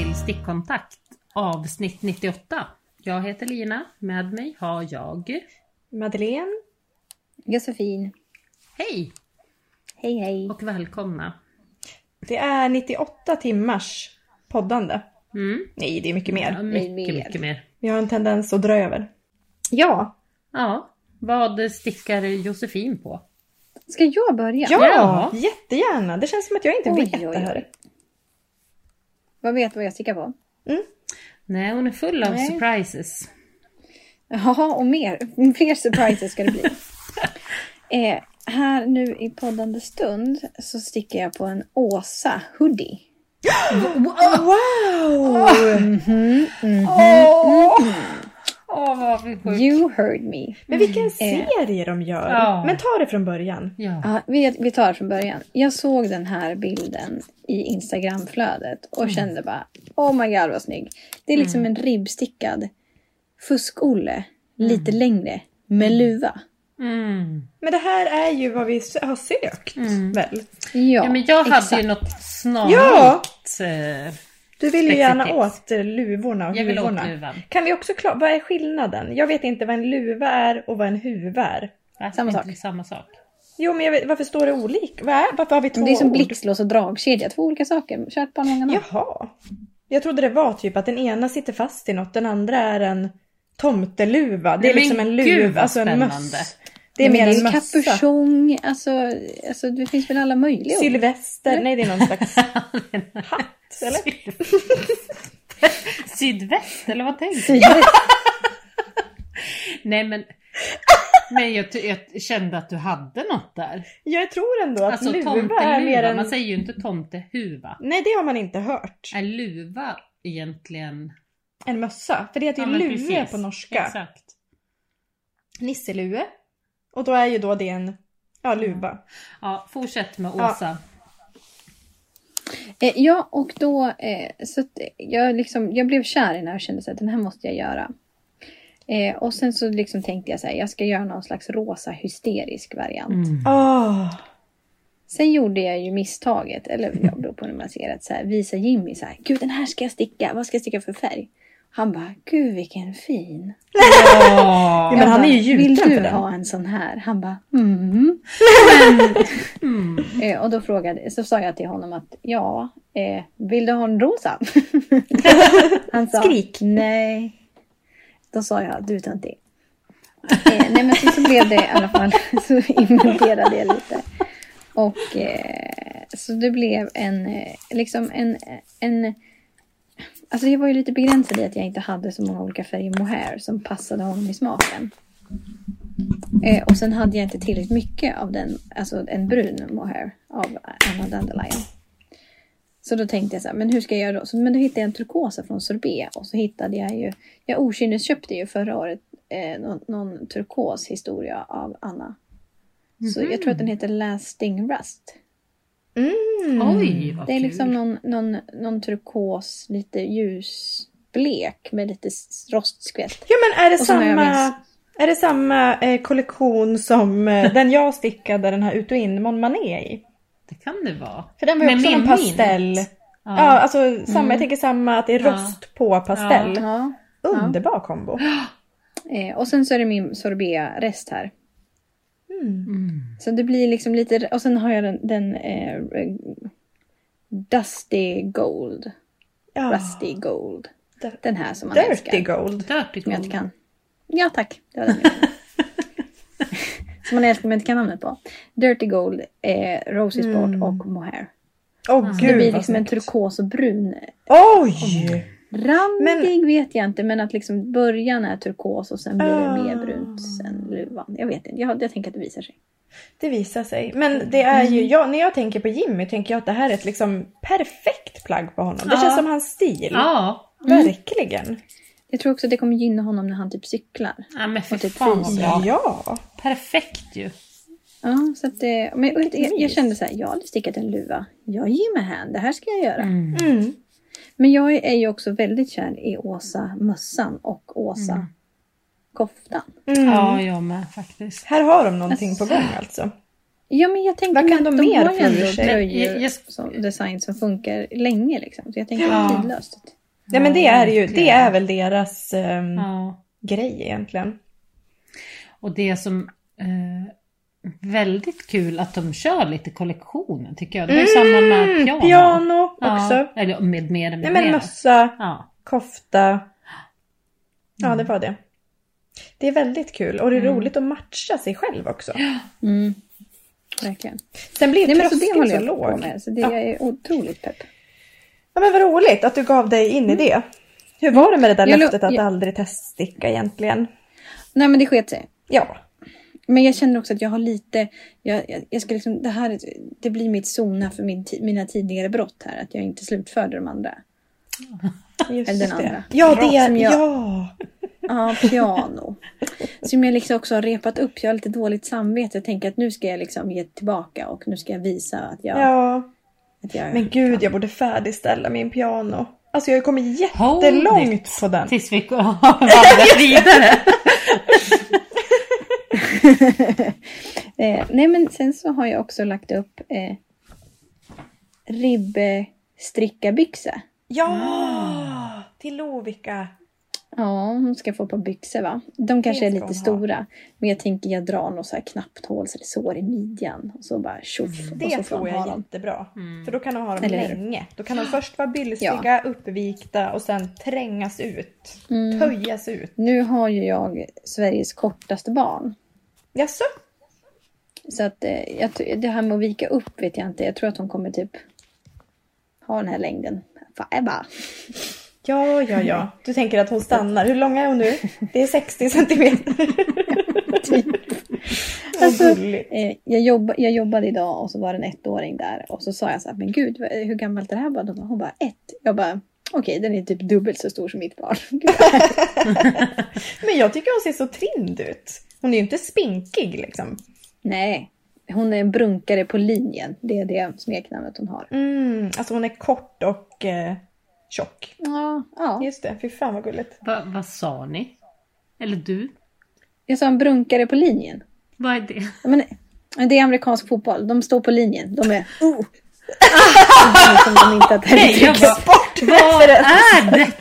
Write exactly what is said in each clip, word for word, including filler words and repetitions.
till Stickkontakt avsnitt nittioåtta. Jag heter Lina, med mig har jag Madeleine, Josefin. Hej! Hej hej. Och välkomna. Det är nittioåtta timmars poddande. Mm. Nej, det är mycket mer. Ja, mycket, mer. mycket mer. Vi har en tendens att dra över. Ja. Ja, vad stickar Josefin på? Ska jag börja? Ja, Ja. jättegärna. Det känns som att jag inte Oj, vet oj, det här. oj. Vad vet vad jag stickar på? Mm. Nej, hon är full av Nej. surprises. Ja, och mer. Fler surprises ska det bli. eh, här nu i poddande stund så stickar jag på en Åsa hoodie. Wow! Mhm, mhm. Åh, vad vi sjukt. You heard me. Men vilken serie de gör. Ja. Men ta det från början. Ja. Ja, vi, vi tar det från början. Jag såg den här bilden i Instagramflödet och Mm. kände bara, oh my god vad snygg. Det är liksom en ribbstickad fuskolle, lite längre, med luva. Mm. Men det här är ju vad vi sö- har sökt, Mm. väl? Ja, Ja, men jag hade exakt. ju något snarlikt. Ja. eh, Du vill ju gärna Specifikt. åt eh, luvorna och Jag vill åt huvorna. luvan. Kan vi också klara, vad är skillnaden? Jag vet inte vad en luva är och vad en huva är. Va? Samma Är sak. inte det Samma sak. Jo, men jag vet, varför står det olika? Vad är, varför har vi två Det är som ord? blixtlås och dragkedja, två olika saker. Kört på många namn. Jaha. Jag trodde det var typ att den ena sitter fast i något, den andra är en tomteluva. Det är Nej, men liksom en gud, luva, vad alltså en spännande. möss. Det är Men mer det är en ju mössa. kapuschong, alltså, alltså det finns väl alla möjliga ord. Sylvester, nej det är någon slags hatt, eller? Sydväst, eller vad tänkte du? Sydväst. Nej, men, men jag, jag kände att du hade något där. Jag tror ändå att Alltså luva är mer tomteluva, en... man säger ju inte tomtehuva. Nej, det har man inte hört. Är luva egentligen... En mössa, för det heter ju Ja, men lue precis. på norska. Exakt. Nisselue. Och då är ju då det en, ja, luva. Ja, fortsätt med Ja. Åsa. Eh, ja, och då eh, så att jag, liksom, jag blev kär i den här och kände så att den här måste jag göra. Eh, och sen så liksom tänkte jag så här, jag ska göra någon slags rosa hysterisk variant. Mm. Åh! Sen gjorde jag ju misstaget, eller jag beror på när man ser det, så här, visa Jimmy så här, gud den här ska jag sticka, vad ska jag sticka för färg? Han bara, gud vilken fin. Ja, men Jag han bara, är ju gjuten vill för du den. ha en sån här? Han bara, mm. Mm. Eh, och då frågade, så sa jag till honom att ja, eh, vill du ha en rosa? Han sa, Skrik. nej. Då sa jag, du tar inte det. Eh, nej men så, så blev det i alla fall, så inventerade jag lite. Och eh, så det blev en, eh, liksom en, en, alltså jag var ju lite begränsad i att jag inte hade så många olika färger mohair som passade honom i smaken. Eh, och sen hade jag inte tillräckligt mycket av den, alltså en brun mohair av Anna Dandelion. Så då tänkte jag så här, men hur ska jag göra då? Så, men då hittade jag en turkosa från Sorbet och så hittade jag ju, jag okynnes köpte ju förra året eh, någon, någon turkos historia av Anna. Så jag tror att den heter Lasting Rust. Mm. Oj, vad Det är kul. liksom någon, någon, någon turkos, lite ljusblek med lite s- rostskvätt. Ja, men är det Och så har jag samma, minst- är det samma eh, kollektion som eh, den jag stickade, den här ut och in Mon Mané i? Det kan det vara. För den var ju Med också min någon pastell. mint. Ja, Ja. alltså samma, jag tänker samma, att det är Ja. rost på pastell. Ja. Underbar kombo. Eh, och sen så är det min sorbet-rest här. Mm. Mm. Så det blir liksom lite, och sen har jag den, den eh, Dusty Gold. Ja. Rusty Gold. Dir- Den här som man Dirty älskar. gold. Dirty Som jag inte gold. kan. Ja tack, det var den jag menade. Som man älskar men inte kan namnet på. Dirty Gold, eh, Rosy Sport Mm. och mohair. Åh Så gud det blir vad liksom en snyggt. turkos och brun. Oj! Randig vet jag inte, men att liksom början är turkos och sen blir det Ah. mer brunt sen luvan. Jag vet inte, jag, jag tänker att det visar sig. Det visar sig. Men det är Mm. ju, jag, när jag tänker på Jimmy tänker jag att det här är ett liksom perfekt plagg på honom. Det Ja. känns som hans stil. Ja. Verkligen. Jag tror också att det kommer gynna honom när han typ cyklar. Ja, men för Och typ fan vad fys. bra. Ja. Perfekt ju. Ja, så att det, men, och Vilket jag, jag mys. kände så här, jag har aldrig stickat en luva. Jag ger mig hän, det här ska jag göra. Mm. Mm. Men jag är ju också väldigt kär i Åsa mössan och Åsa Mm. koftan. Mm. Ja, jag med faktiskt. Här har de någonting på gång alltså. Ja, men jag tänker Vad kan att de de mer har ju för ändå sig? tröjor Jag- jag- som design som funkar länge liksom. Så jag tänker Ja. att det är tidlöst. Ja, men det är ju, det är väl deras um, Ja. grej egentligen. Och det som eh, väldigt kul att de kör lite kollektionen tycker jag. Det var ju samma med piano. Piano också. Ja, eller med mer med Nej, men mer. mössa, Ja. kofta. Ja, det var det. Det är väldigt kul. Och det är Mm. roligt att matcha sig själv också. Mm. Verkligen. Sen blir Nej, men så det tröskeln håller så jag på låg. med. Så det Ja. är otroligt pepp. Ja, men vad roligt att du gav dig in i det. Hur var det med det där Jag lo- löftet att jag- aldrig teststicka egentligen? Nej, men det sket sig. Ja. Men jag känner också att jag har lite, jag, jag, jag ska liksom, det här, det blir mitt zona för min, ti- mina tidigare brott här. Att jag inte slutförde de andra. Just Eller den det. andra. Ja, Bra, det som jag- ja. Ja, piano. Som jag liksom också har repat upp. Jag har lite dåligt samvete. Jag tänker att nu ska jag liksom ge tillbaka. Och nu ska jag visa att jag... Ja. Att jag Men gud, jag borde färdigställa min piano. Alltså jag har kommit Hold jättelångt it. på den. Tills vi har vandrat vidare. eh, nej, men sen så har jag också lagt upp eh, ribbstrickarbyxa. Ja! Till Lovikka. Ja, hon ska få på byxor, va? De kanske Det är ska lite hon ha. stora. Men jag tänker jag drar något så här knappt hål så det sår i midjan. Och så bara tjoff. och Det så får tror hon jag ha är dem. jättebra. Mm. För då kan de ha dem Eller hur? länge. Då kan de först vara bylsiga, uppvikta och sen trängas ut. Mm. Töjas ut. Nu har ju jag Sveriges kortaste barn. Jaså? Så att eh, jag, t- det här med att vika upp vet jag inte. Jag tror att hon kommer typ ha den här längden. Forever. Ja, ja, ja. Du tänker att hon stannar. Hur lång är hon nu? Det är sextio centimeter. Alltså, Vad gulligt. eh, jag, jobb, jag jobbade idag och så var det en ettåring där. Och så sa jag så här, men gud, vad- hur gammalt är det här barnet? Hon bara, ett. Jag bara, okej, den är typ dubbelt så stor som mitt barn. Gud, Men jag tycker hon ser så trind ut. Hon är ju inte spinkig liksom. nej, hon är en brunkare på linjen. Det är det smeknamnet hon har. Mm, alltså hon är kort och eh, tjock. Ja, ja. Just det, fy fan vad gulligt. Va, vad sa ni? Eller du? Jag sa en brunkare på linjen. Vad är det? Ja, men, det är amerikansk fotboll. De står på linjen. De är... Oh. Som de inte har Nej, jag tänkt. bara, vad är det?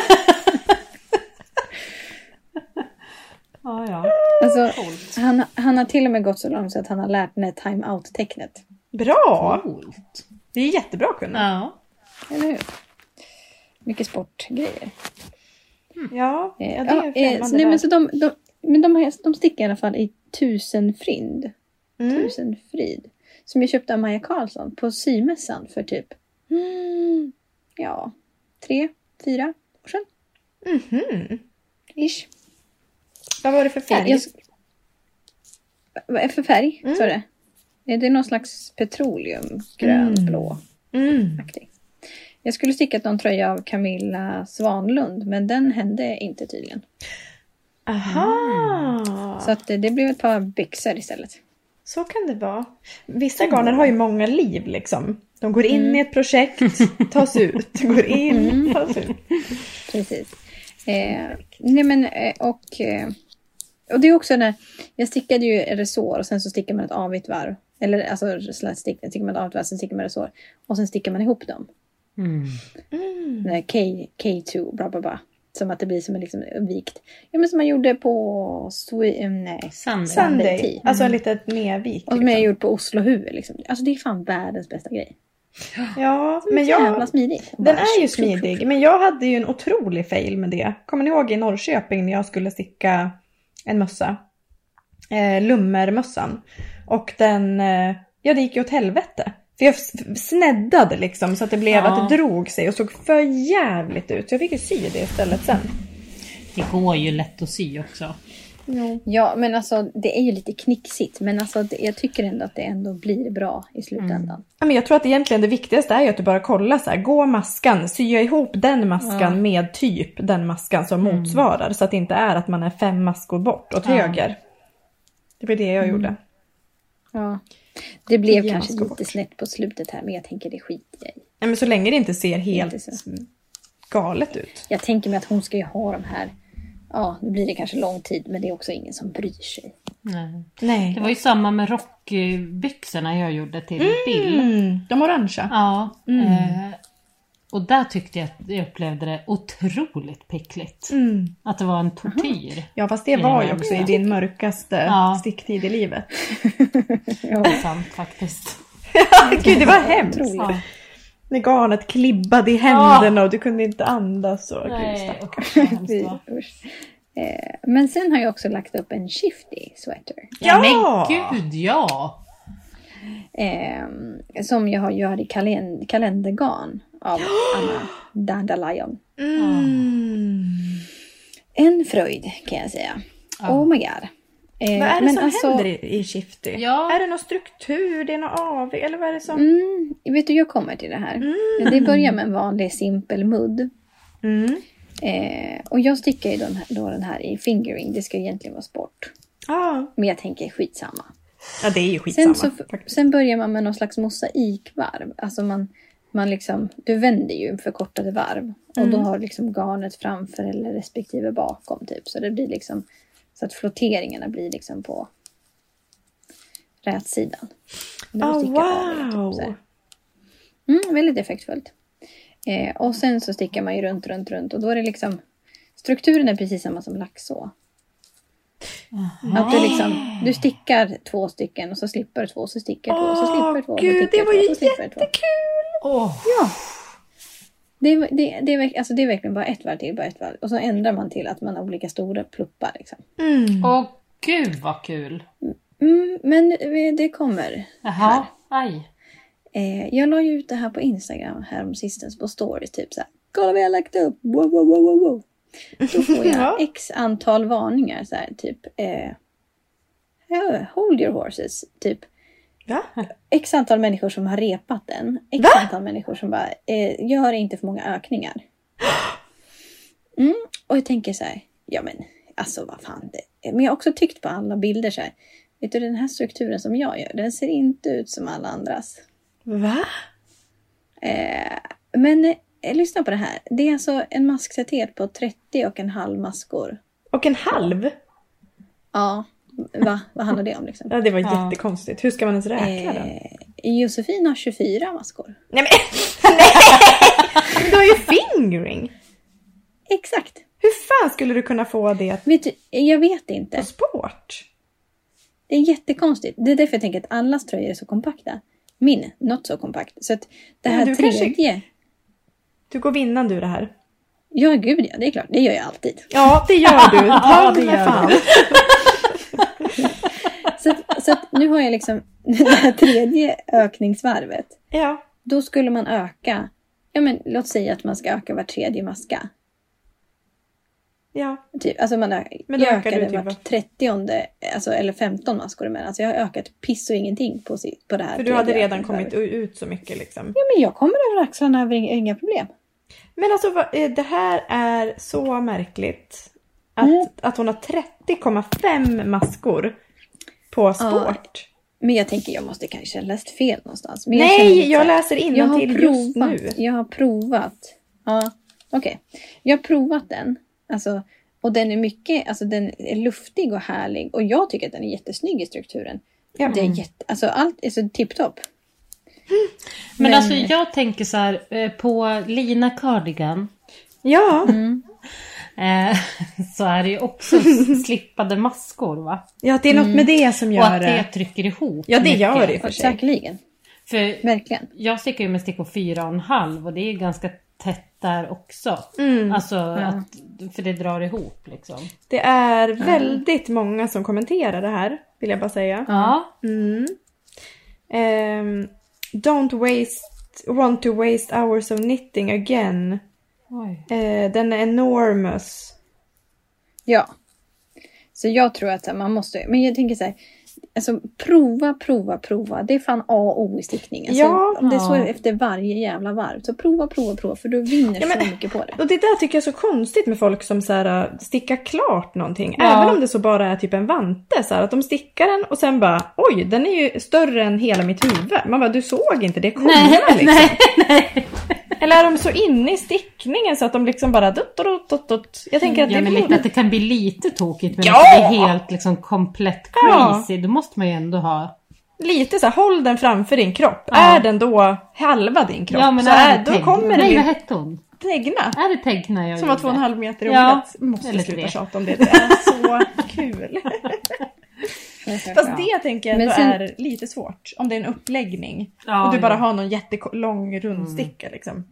Ja, ja. Alltså, han, han har till och med gått så långt så att han har lärt den här time-out-tecknet. Bra! Coolt. Det är jättebra att kunna. Ja. Eller hur? Mycket sportgrejer. Ja, ja, Eh, det är ja, en eh, främmande så, nej, men värld. så de, de, men de, har, de stickar i alla fall i tusen frind. Mm. Tusen frid. Som jag köpte av Maja Karlsson på symässan för typ mm, ja, tre, fyra år sedan. Mhm. Ish. Vad var det för färg? Jag, vad är för färg? Mm. Sa det? Är det någon slags petroleum, grön, Mm. blå? Mm. Aktig. Jag skulle stickat någon tröja av Camilla Svanlund, men den hände inte tydligen. Aha! Så att det, det blev ett par byxor istället. Så kan det vara. Vissa garner har ju många liv liksom. De går in Mm. i ett projekt, tas ut, går in, tas ut. Precis. Eh, nej men, eh, och, eh, och det är också när jag stickade ju resår och sen så stickar man ett avigt varv. Eller alltså stick, stickar man ett avigt varv, sen stickar man resår. Och sen stickar man ihop dem. Mm. Mm. Den här K, K två, bla bla bla. Som att det blir som en liksom vikt. Ja, men som man gjorde på Swe- um, nej. Sunday. Sunday, Tea. alltså en litet nedvik. Och som jag har Liksom. gjort på Oslo huvud liksom. Alltså det är fan världens bästa grej. Ja, Men men jävla jag... smidig. Den är ju smidig, men jag hade ju en otrolig fail med det. Kommer ni ihåg i Norrköping när jag skulle sticka en mössa? Eh, lummermössan. Och den, eh, ja det gick ju åt helvete. För jag s- sneddade liksom så att det blev Ja. att det drog sig och såg för jävligt ut. Så jag fick ju sy det istället sen. Det går ju lätt att sy också. Ja, men alltså det är ju lite knixigt. Men alltså det, jag tycker ändå att det ändå blir bra i slutändan. Mm. Ja, men jag tror att egentligen det viktigaste är ju att du bara kollar så här. Gå maskan, sya ihop den maskan Ja. med typ den maskan som Mm. motsvarar. Så att det inte är att man är fem maskor bort åt Ja. höger. Det var det jag gjorde. Ja. Det blev Tio kanske maskor lite bort. snett på slutet här. Men jag tänker det skiter jag i. Nej, men så länge det inte ser Inte helt så. galet ut. Jag tänker mig att hon ska ju ha de här. Ja, nu blir det kanske lång tid. Men det är också ingen som bryr sig. Nej. Nej. Det var ju samma med rockbyxorna jag gjorde till Bill. Mm, de orangea. Ja. Mm. Eh, och där tyckte jag att jag upplevde det otroligt pickligt. Mm. Att det var en tortyr. Ja, fast det var ju också i din mörkaste ja. sticktid i livet. Ja, det är sant faktiskt. Gud, det var hemskt. Ja. När garnet klibbade i händerna ja. och du kunde inte andas. Och Nej, Gud, eh, men sen har jag också lagt upp en shifty sweater. Ja, ja men gud, ja. Eh, som jag har gör i kalend- kalendergarn av Anna Dandelion. Mm. En fröjd kan jag säga. Ja. Oh my god. Eh, vad är det men som alltså, händer i, i shifty? Ja. Är det någon struktur? Det är något av? Eller vad är det som? Mm, vet du, jag kommer till det här. Mm. Det börjar med en vanlig simpel mudd. Mm. Eh, och jag stickar ju den här, då den här i fingering. Det ska egentligen vara sport. Ah. Men jag tänker skitsamma. Ja, det är ju skitsamma. Sen, så, sen börjar man med någon slags mosaikvarv. Alltså man, man liksom, du vänder ju förkortade varv. Och mm. då har liksom garnet framför eller respektive bakom typ. Så det blir liksom, så att flotteringarna blir liksom på rätsidan. Oh, wow! Typ, mm, väldigt effektfullt. Eh, och sen så stickar man ju runt, runt, runt. Och då är det liksom, strukturen är precis samma som laxå. Mm. Att du liksom, du stickar två stycken och så slipper två, så stickar två, så slipper två. Gud, det var ju jättekul! Oh. Ja. Det, det, det, är, alltså det är verkligen bara ett varv till, bara ett varv. Och så ändrar man till att man har olika stora pluppar. Liksom. Mm. Åh gud vad kul! Mm, men det kommer. Jaha, här. Aj. Eh, jag la ju ut det här på Instagram här om sistens på stories. Typ så här, kolla vad jag har lagt upp! Wow, wow, wow, wow, wow. Då får jag ja. x antal varningar. Så här, typ, eh, hold your horses. Typ. Va? X antal människor som har repat den. X Va? antal människor som bara, eh, gör inte för många ökningar. Mm, och jag tänker så här, ja men, alltså vad fan det. Men jag har också tyckt på alla bilder så här. Vet du, den här strukturen som jag gör, den ser inte ut som alla andras. Va? Eh, men eh, lyssna på det här. Det är alltså en masksättet på trettio och en halv maskor. Och en halv? Ja. Va? Vad handlar det om liksom? Ja, det var ja. jättekonstigt. Hur ska man ens räkna eh, den? Josefin har tjugofyra maskor. Nej men, nej! Du har ju fingering. Exakt. Hur fan skulle du kunna få det? Vet du, jag vet inte. På sport? Det är jättekonstigt. Det är därför jag tänker att allas tröjor är så kompakta. Min, not så kompakt. Så att det här ja, tredje... Kanske... Du går vinnande ur det här. Ja, gud ja. Det är klart. Det gör jag alltid. Ja, det gör du. Ja, det gör fan. så, att, så att nu har jag liksom det här tredje ökningsvarvet. Ja. Då skulle man öka. Ja, men låt säga att man ska öka var tredje maska. Ja. Typ, alltså man ökar, men jag ökar ökade typ vart trettionde, alltså, eller femton maskor emellan. Alltså jag har ökat piss och ingenting på, på det här. För du hade redan kommit ut så mycket liksom. Ja, men jag kommer över axlarna över inga problem. Men alltså det här är så märkligt. Att, mm. att hon har trettio komma fem maskor på sport. Ja, men jag tänker jag måste kanske ha läst fel någonstans. Men nej, jag, jag läser innantill just nu. Jag har provat. Ja, okej. Okay. Jag har provat den. Alltså, och den är mycket, alltså den är luftig och härlig. Och jag tycker att den är jättesnygg i strukturen. Ja. Det är jätte, alltså allt är så tipptopp. Men, men alltså jag tänker så här, på Lina Cardigan. Ja. Mm. Eh, så är det ju också slippade maskor, va? Ja, det är något med det som gör det. Och att det trycker ihop. Ja, det gör det för sig. Säkerligen. För verkligen. Jag stickar ju med stickor fyra och en halv och det är ganska tätt där också. Mm. Alltså, ja. att, för det drar ihop liksom. Det är väldigt mm. många som kommenterar det här, vill jag bara säga. Ja. Mm. Um, don't waste, want to waste hours of knitting again. Oj. Uh, den är enormous. Ja. Så jag tror att man måste, men jag tänker så här, alltså prova, prova, prova. Det är fan A och O i stickningen. Ja. Så om det är så efter varje jävla varv. Så prova, prova, prova. För du vinner ja, men, så mycket på det. Och det där tycker jag är så konstigt med folk som så här, stickar klart någonting. Ja. Även om det så bara är typ en vante. Så här, att de stickar den och sen bara, oj, den är ju större än hela mitt huvud. Man bara, du såg inte det komma liksom. Nej, nej. Eller är de så inne i stickningen så att de liksom bara dutt, dutt, dutt, dutt. Jag tänker att ja, det men borde... lite att det kan bli lite tokigt men ja! att det är helt liksom komplett crazy. Ja. Då måste man ju ändå ha lite så här, håll den framför din kropp. Ja. Är den då halva din kropp? Ja, men så är är, det då Tegna? kommer det Nej, vad bli hette hon? Tegna. Är det Tegna jag Som var gjorde? två och en halv meter i Ja, ordet. Måste eller sluta tre. tjata om det. Det är så kul. Fast det tänker jag ändå sen... är lite svårt. Om det är en uppläggning. Ja, och du bara ja. har någon jättelång rundsticka Mm. liksom.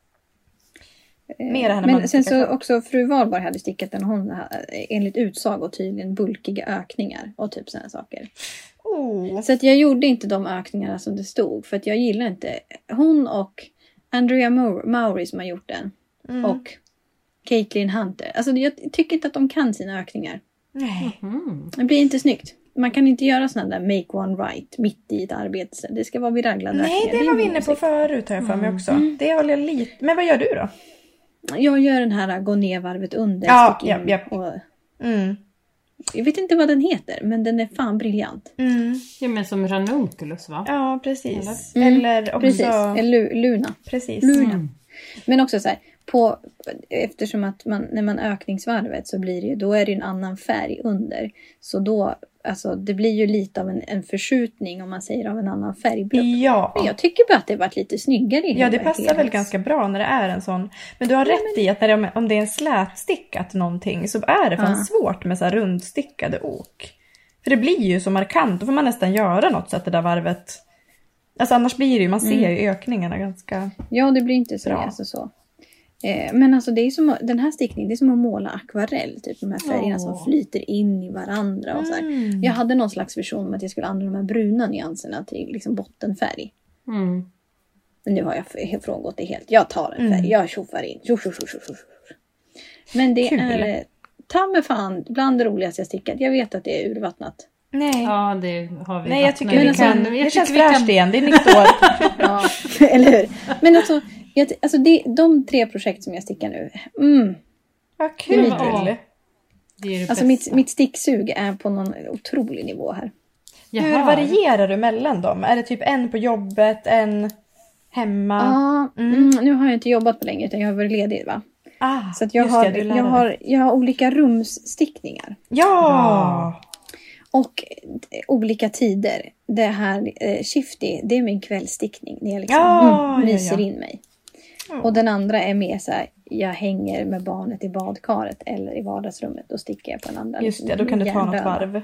Mer än Men sen så också fru Valborg hade stickat den. Hon enligt utsago tydligen bulkiga ökningar. Och typ sådana saker. Oh. Så att jag gjorde inte de ökningarna som det stod. För att jag gillar inte. Hon och Andrea Mowry som har gjort den. Mm. Och Caitlin Hunter. Alltså jag tycker inte att de kan sina ökningar. Nej. Mm. Det blir inte snyggt. Man kan inte göra sådana där make one right mitt i ett arbete. Det ska vara viraglade Nej, ökningar. det var vi är inne på osäkert. förut har jag för mig också. Mm. Det håller jag lite. Men vad gör du då? Jag gör den här gå ner varvet under. Ja, stick in japp, japp. Och, Mm. jag vet inte vad den heter. Men den är fan briljant. Mm. Ja, men som ranunculus va? Ja, precis. Mm. Eller också... Precis. Eller Luna. Precis. Luna. Mm. Men också så här. På, eftersom att man, när man ökningsvarvet så blir det ju, då är det en annan färg under. Så då, alltså det blir ju lite av en, en förskjutning om man säger av en annan färgblock. Ja. Men jag tycker bara att det varit lite snyggare i Ja, hela det passar helhets- väl ganska bra när det är en sån. Men du har rätt i att när det, om det är en slätstickat någonting så är det fan Ja. svårt med så här rundstickade ok. För det blir ju så markant. Då får man nästan göra något så att det där varvet... Alltså annars blir det ju, man ser ju ökningarna ganska... Ja, det blir inte så. Bra. Alltså, så. Eh, men alltså det är som att- den här stickningen, det är som att måla akvarell. Typ de här färgerna Åh. som flyter in i varandra. Och så här. Mm. Jag hade någon slags vision om att jag skulle använda de här bruna nyanserna till liksom bottenfärg. Mm. Men nu har jag f- frångått det helt. Jag tar en färg. Mm. Jag tjoffar in. Tjoff, tjoff, tjoff, tjoff, tjoff. Men det Kul. är eh, ta mig fan bland det roligaste jag stickat. Jag vet att det är urvattnat. Nej. Ja, det har vi. Nej, jag tycker vattnat. vi alltså, kan... jag Det tycker känns vi kan- fräscht igen. Det är nytt år. Ja, eller hur? Men alltså, jag, alltså det, de tre projekt som jag stickar nu. Mm, Vad kul. Ja. Det är det alltså bästa. mitt, mitt sticksug är på någon otrolig nivå här. Jag Hur hör. varierar du mellan dem? Är det typ en på jobbet, en hemma? Ja, mm. nu har jag inte jobbat på länge utan jag har varit ledig va? Ah, Så att jag, just har, det, du är jag, lärare. har, jag har olika rumsstickningar. Ja! Och eh, olika tider. Det här eh, shifty, det är min kvällstickning. När jag liksom Ja, mm, ja, myser ja. in mig. Mm. Och den andra är mer så här, jag hänger med barnet i badkaret eller i vardagsrummet. Då sticker jag på en andra. Just liksom, det, då kan du ta något hjärndöda. varv.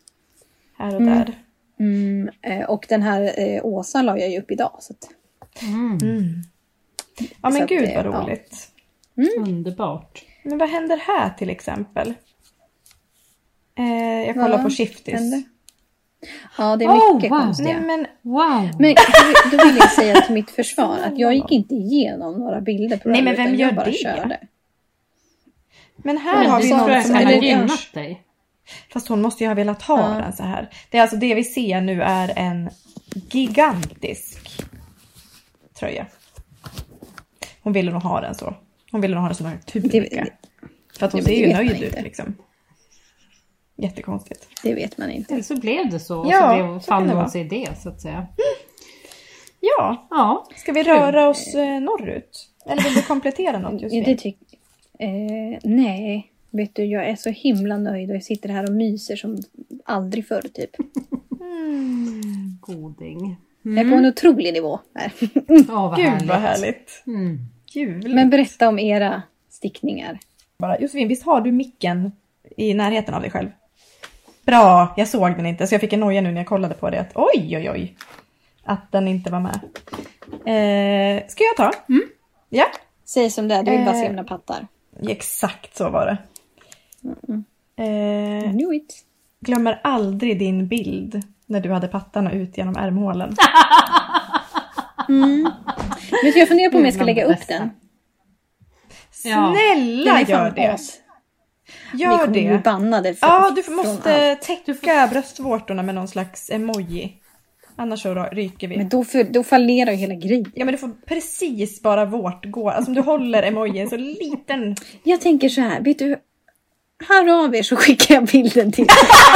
Här och Mm. där. Mm, eh, och den här eh, Åsa la jag ju upp idag. Så att, Mm. Mm. Ja Så men att, gud eh, vad ja. roligt. Underbart. Men vad händer här till exempel? Eh, jag kollar Vad på Shifties. händer? Ja, det är Oh, mycket wow. konstiga. Nej men Men Wow. då, då vill jag säga till mitt försvar att jag gick inte igenom några bilder på Nej, det, men utan vem jag gör bara det? körde. Men här Ja, har det vi sa tror någon jag som kan eller- ha är... gynnat dig. Fast hon måste ju ha velat ha Ja. den så här. Det är alltså det vi ser nu är en gigantisk tröja. Hon ville nog ha den så. Hon ville nog ha den som en tunika. Det- För att hon det- ser det ju vet man nöjd inte. ut liksom. Jättekonstigt. Det vet man inte. Eller så blev det så. Och Ja, så blev, så kan fann det hon vara. sig det så att säga. Ja, Ja. ska vi röra oss eh, norrut? Eller vill du komplettera något just Ja, nu? det tyck- eh, nej, vet du, jag är så himla nöjd och jag sitter här och myser som aldrig förr typ. Mm. Goding. Jag är på en otrolig nivå här. Ja, vad Gud härligt. vad härligt. Mm. Ljuvligt. Men berätta om era stickningar. Bara, Josefin, visst har du micken i närheten av dig själv? Bra, jag såg den inte så jag fick en noja nu när jag kollade på det. Att, oj, oj, oj. Att den inte var med. Eh, ska jag ta? Mm. Ja, Säg som det är, du vill bara se Eh. mina pattar. exakt så var det. Eh, Knew it. glömmer aldrig din bild när du hade pattarna ut genom ärmhålen. Men jag funderar på om jag ska Bland lägga det upp bästa. den. Ja. Snälla Den är gör fan det. as. Vi Gör kommer bli det. bannade för, Ja, du från måste allt. täcka bröstvårtorna med någon slags emoji. Annars så ryker vi. Men då, för, då fallerar ju hela grejen. Ja men du får precis bara vårt gå. Alltså om du håller emojin så liten. Jag tänker så här, vet du, hör av er så skickar jag bilden till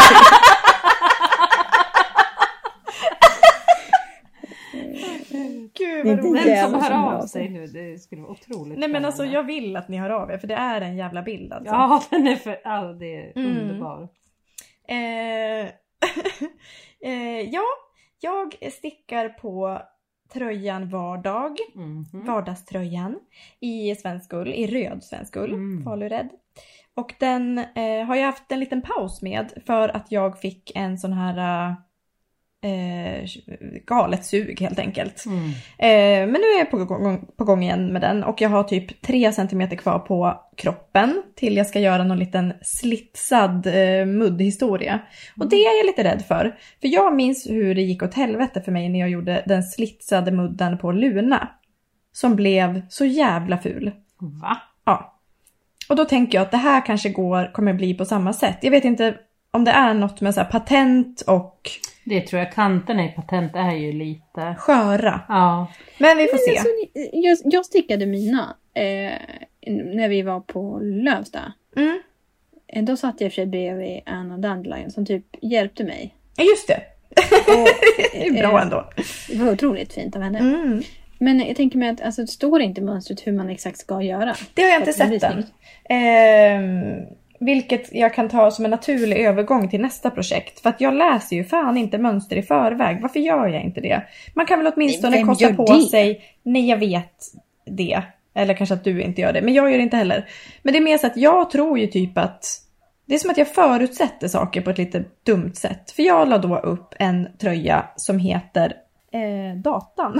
Gud Det är vad inte roligt. Den jävla som hör så bra, av alltså. sig nu, det skulle vara otroligt Nej men alltså spännande. jag vill att ni hör av er för det är en jävla bild alltså. Ja, den är för... Ja, det är Mm. underbar. Eh, eh, ja, Jag stickar på tröjan vardag, Mm-hmm. vardagströjan i svensk ull, i röd svensk ull, Mm. falurädd. Och den eh, har jag haft en liten paus med för att jag fick en sån här eh, galet sug helt enkelt. Mm. Eh, men nu är jag på gång, på gång igen med den och jag har typ tre centimeter kvar på kroppen till jag ska göra någon liten slitsad eh, muddhistoria. Och det är jag lite rädd för. För jag minns hur det gick åt helvete för mig när jag gjorde den slitsade mudden på Luna. Som blev så jävla ful. Va? Ja. Och då tänker jag att det här kanske går, kommer bli på samma sätt. Jag vet inte om det är något med så här patent och Det tror jag, kanterna i patent är ju lite... sköra. Ja. Men vi får Men se. alltså, jag, jag stickade mina eh, när vi var på Lövsta. Mm. Eh, Då satt jag i och för sig bredvid Anna Dandelion som typ hjälpte mig. Ja, just det. Och, Det är bra eh, ändå. Det var otroligt fint av henne. Mm. Men jag tänker mig att alltså, det står inte mönstret hur man exakt ska göra. Det har jag inte För sett än. undervisning. Ehm, vilket jag kan ta som en naturlig övergång till nästa projekt. För att jag läser ju fan inte mönster i förväg. Varför gör jag inte det? Man kan väl åtminstone Vem kosta gör på det? sig. Nej, jag vet det. Eller kanske att du inte gör det. Men jag gör det inte heller. Men det är mer så att jag tror ju typ att... Det är som att jag förutsätter saker på ett lite dumt sätt. För jag la då upp en tröja som heter eh, Datan.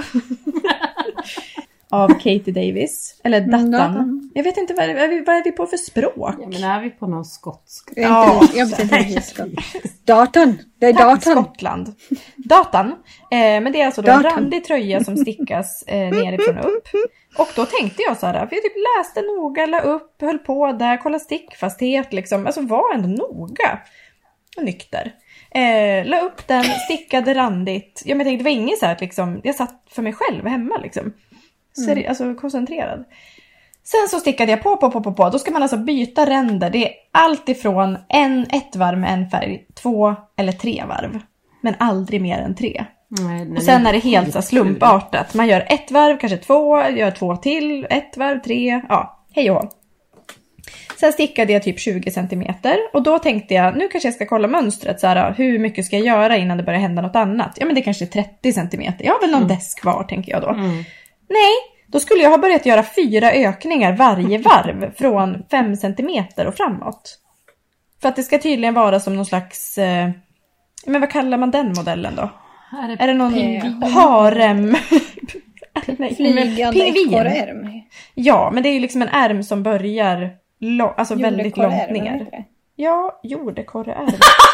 Av Katie Davis. Eller Datan. Datan. Jag vet inte vad är, vi, vad är vi på för språk. Ja, men är vi på någon skotsk? Jag, är Ja, inte, jag vet inte hur jag ska. Datorn! Det är Tack, datorn! Skottland. Datan. Eh, men det är alltså då en Datan. randig tröja som stickas eh, nerifrån och upp. Och då tänkte jag så här, för jag typ läste noga, la upp, höll på där, kolla stickfasthet liksom. Alltså var ändå noga. Och nykter. Eh, la upp den, stickade randigt. Ja, men jag tänkte, det var inget så här liksom, jag satt för mig själv hemma liksom. Seri- mm. Alltså koncentrerad. Sen så stickade jag på, på, på, på, på. Då ska man alltså byta ränder. Det är allt ifrån en, ett varv med en färg, två eller tre varv. Men aldrig mer än tre. Nej, nej, och sen är det helt så skitful. slumpartat. Man gör ett varv, kanske två, gör två till, ett varv, tre, ja, hej och hå. Sen stickade jag typ tjugo centimeter. Och då tänkte jag, nu kanske jag ska kolla mönstret. Så här, hur mycket ska jag göra innan det börjar hända något annat? Ja, men det kanske är trettio centimeter. Jag har väl någon mm. desk kvar, tänker jag då. Mm. Nej, då skulle jag ha börjat göra fyra ökningar varje varv. Från fem centimeter och framåt. För att det ska tydligen vara som någon slags... Eh, men vad kallar man den modellen då? Är det, är det någon eh, harem? Nej, flygande pingvin. ekorrärm. Ja, men det är ju liksom en ärm som börjar lo- alltså väldigt långt ner. Ja, jordekorreärm.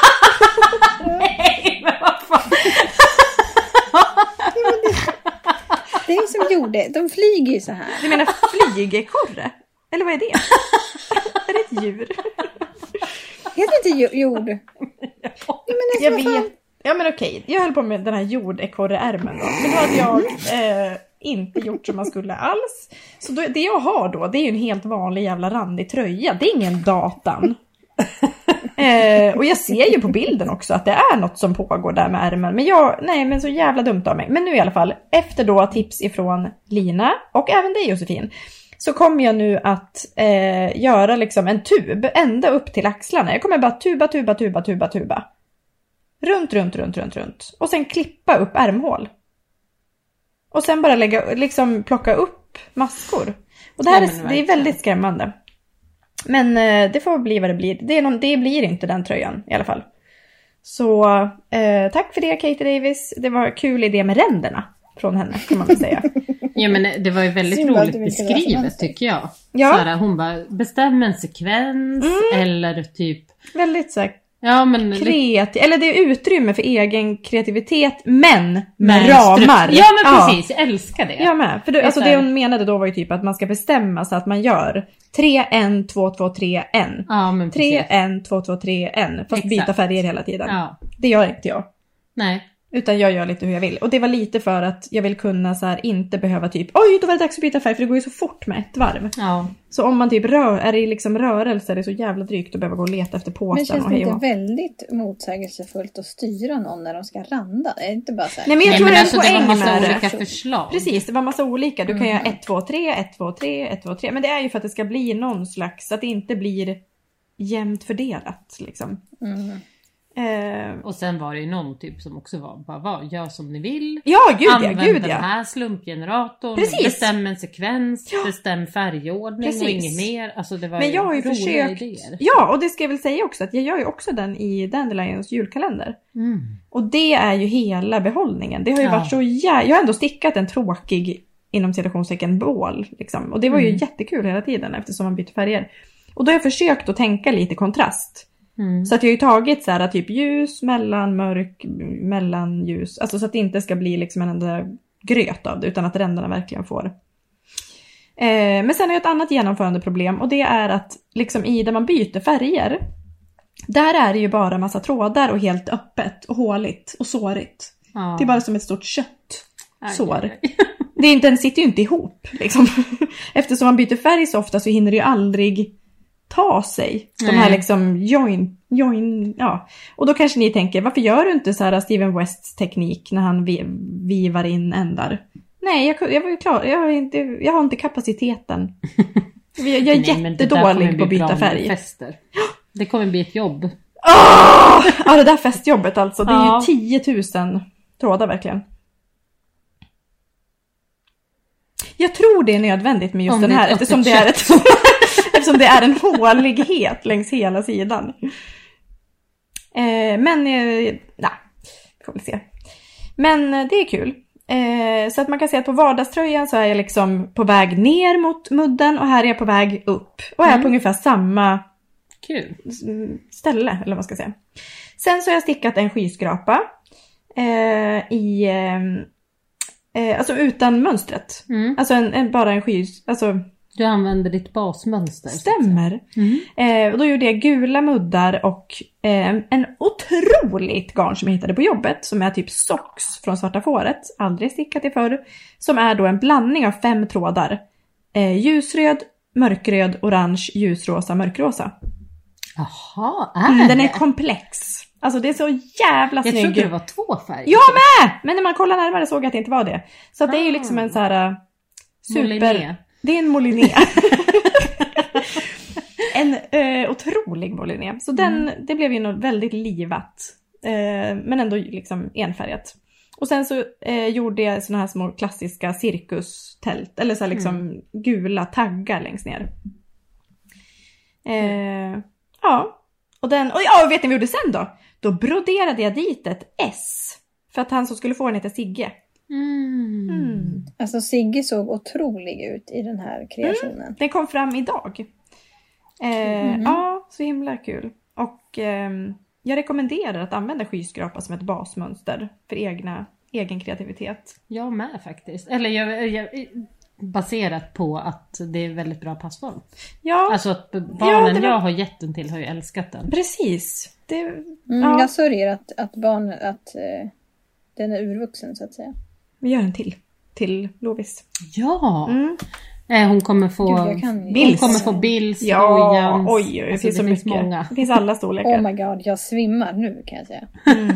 Nej, men vad fan. Det är som jorde. De flyger ju så här. Du menar flygekorre? Eller vad är det? Är det ett djur? Heter inte jord? Ja, men alltså, jag vad fan? vet. Ja, men okej. Jag höll på med den här jordekorreärmen då. Men då hade jag eh, inte gjort som man skulle alls. Så då, det jag har då, det är ju en helt vanlig jävla randig tröja. Det är ingen Datan. eh, och jag ser ju på bilden också att det är något som pågår där med ärmen. Men jag, nej men så jävla dumt av mig. Men nu i alla fall, efter då tips ifrån Lina och även dig Josefin. Så kommer jag nu att eh, göra liksom en tub ända upp till axlarna. Jag kommer bara tuba, tuba, tuba, tuba, tuba. Runt, runt, runt, runt, runt. Och sen klippa upp ärmhål. Och sen bara lägga, liksom plocka upp maskor. Och det här ja, är, det är väldigt skrämmande. Men eh, det får bli vad det blir. Det, är någon, det blir inte den tröjan i alla fall. Så eh, tack för det Katie Davis. Det var kul idé med ränderna från henne kan man väl säga. Ja, men det var ju väldigt Synd roligt beskrivet tycker jag. Ja. Såhär, hon bara bestämmer en sekvens Mm. eller typ... Väldigt så här, Ja, men... kreativ, eller det är utrymme för egen kreativitet men med Men ramar. stru- Ja, men precis. Jag älskar det. Jag med. För det, alltså det hon menade då var ju typ att man ska bestämma så att man gör tre, en, två, två, tre, en. Ja, men tre, precis. en, två, två, tre, en. Fast Exakt. byta färger hela tiden. Ja. Det gör inte jag. Nej. Utan jag gör lite hur jag vill. Och det var lite för att jag vill kunna så här inte behöva typ oj, då var det dags att byta färg för det går ju så fort med ett varv. Ja. Så om man typ rör, är det liksom rörelse, är det så jävla drygt att behöva gå och leta efter påsen. Men känns och det hej och inte hå. väldigt motsägelsefullt att styra någon när de ska randa? Det är inte bara så här. Nej, men jag Nej, tror men det är alltså, en det var poäng massa med olika det. förslag. Precis, det var massa olika. Du kan Mm. göra ett, två, tre, ett, två, tre, ett, två, tre. Men det är ju för att det ska bli någon slags, så att det inte blir jämnt fördelat liksom. Mm. Eh, Och sen var det ju någon typ som också var, bara var, gör som ni vill. ja, gud ja, Använd gud den ja. här slumpgeneratorn. Precis. Bestäm en sekvens, Ja. bestäm färgordning Precis. och inget mer. Alltså det var Men jag har ju roliga försökt, idéer. ja, och det ska jag väl säga också att jag gör ju också den i Dandelions julkalender. Mm. Och det är ju hela behållningen. Det har ju Ja. varit så jä... Jag har ändå stickat en tråkig, inom citationstecken, bål. Liksom. Och det var ju Mm. jättekul hela tiden eftersom man byter färger. Och då har jag försökt att tänka lite kontrast. Mm. Så att jag har ju tagit så här typ ljus, mellan, mörk, mellan ljus. Alltså så att det inte ska bli liksom en enda gröt av det, utan att ränderna verkligen får. Eh, men sen har jag ett annat genomförande problem. Och det är att liksom i där man byter färger, där är det ju bara massa trådar och helt öppet och håligt och sårigt. Ja. Det är bara som ett stort kött. Aj, sår. aj, aj. Det är inte, den sitter ju inte ihop. Liksom. Eftersom man byter färg så ofta så hinner det ju aldrig ta sig. De här Nej. liksom join, join, ja. Och då kanske ni tänker, varför gör du inte så här Steven Wests teknik när han vi, vivar in ändar? Nej, jag, jag var ju klar. Jag har inte, jag har inte kapaciteten. Jag, jag är Nej, men det där kommer jättedålig bli på att byta bra med färg. fester. Det kommer bli ett jobb. Oh! Ja, det där festjobbet alltså. Det är Ja. ju tio tusen trådar verkligen. Jag tror det är nödvändigt med just Om den det är här. ett Eftersom det, öppet är ett, eftersom det är en hålighet längs hela sidan. Eh, men, eh, nej. Får vi se. Men eh, det är kul. Eh, så att man kan säga att på vardagströjan så är jag liksom på väg ner mot mudden. Och här är jag på väg upp. Och är Mm. på ungefär samma Kul. ställe, eller vad man ska säga. Sen så har jag stickat en skyskrapa eh, i eh, eh, alltså utan mönstret. Mm. Alltså en, en, bara en skys, alltså Du använder ditt basmönster. stämmer. Mm. Eh, och då gjorde jag gula muddar och eh, en otroligt garn som jag hittade på jobbet, som är typ socks från Svarta fåret, aldrig stickat i förr, som är då en blandning av fem trådar. Eh, ljusröd, mörkröd, orange, ljusrosa, mörkrosa. Jaha, är Mm, den det? är komplex. Alltså det är så jävla Jag snygg. trodde det var två färger. Jag med! Men när man kollar närmare såg jag att det inte var det. Så att det är ju Ah. liksom en så här uh, super... Moliné. Det är en moliné. en uh, otrolig moliné. Så den, Mm. det blev ju något väldigt livat. Uh, men ändå liksom enfärgat. Och sen så uh, gjorde jag såna här små klassiska cirkustält. Eller så här liksom Mm. gula taggar längst ner. Uh, ja. Och den, och ja, vet ni vad jag gjorde sen då? Då broderade jag dit ett S. För att han som skulle få den heter Sigge. Mm. Mm. Alltså Sigge såg otrolig ut i den här kreationen. Den kom fram idag. Eh, Mm. Ja, så himla kul. Och ehm, jag rekommenderar att använda skyskrapa som ett basmönster för egna, egen kreativitet. Jag med faktiskt. Eller jag, jag, baserat på att det är väldigt bra passform. Ja, Alltså att barnen Ja, det var- jag har gett den till har ju älskat den. precis. Det, Mm, ja, Jag sörjer att, att, barn, att eh, den är urvuxen så att säga. vi gör en till. Till Lovis. Ja! Mm. Eh, hon kommer få Gud, jag kan ju- hon Bills. kommer få Bills, Ja, Rojans. oj, oj, det Alltså, finns så finns mycket. många. Det finns alla storlekar. Oh my god, jag svimmar nu kan jag säga. Mm.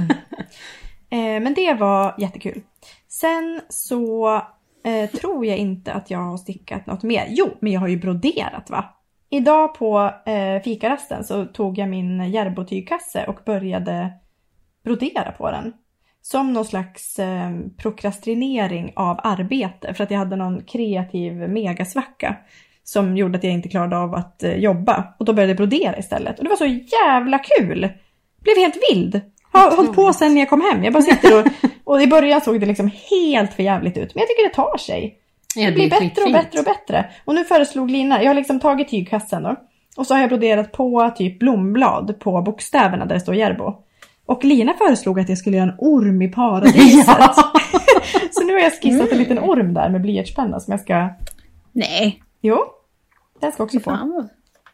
Eh, men det var jättekul. Sen så eh, tror jag inte att jag har stickat något mer. Jo, men jag har ju broderat va? Idag på eh, fikarasten så tog jag min Järbo-tygkasse och började brodera på den. Som någon slags eh, prokrastinering av arbete. För att jag hade någon kreativ megasvacka. Som gjorde att jag inte klarade av att eh, jobba. Och då började jag brodera istället. Och det var så jävla kul. Blev helt vild. Har hållit på sen jag kom hem. Jag bara sitter och... Och i början såg det liksom helt för jävligt ut. Men jag tycker det tar sig. Ja, Det blir är bättre och skitfint. bättre och bättre. Och nu föreslog Lina, jag har liksom tagit tygkassen då. Och så har jag broderat på typ blomblad på bokstäverna där det står Järbo. Och Lina föreslog att jag skulle göra en orm i paradiset. Ja. Så nu har jag skissat en liten orm där med blyertspenna som jag ska... Nej, Jo, den ska också få. fan vad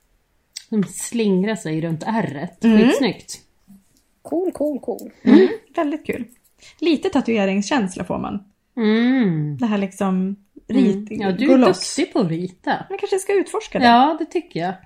De slingrar sig runt ärret. Mm. Skitsnyggt. cool, cool, cool. Mm, väldigt kul. Lite tatueringskänsla får man. Mm. Det här liksom... Rit, Mm. Ja, du gå är loss. duktig på att rita. Man kanske ska utforska det. Ja, det tycker jag.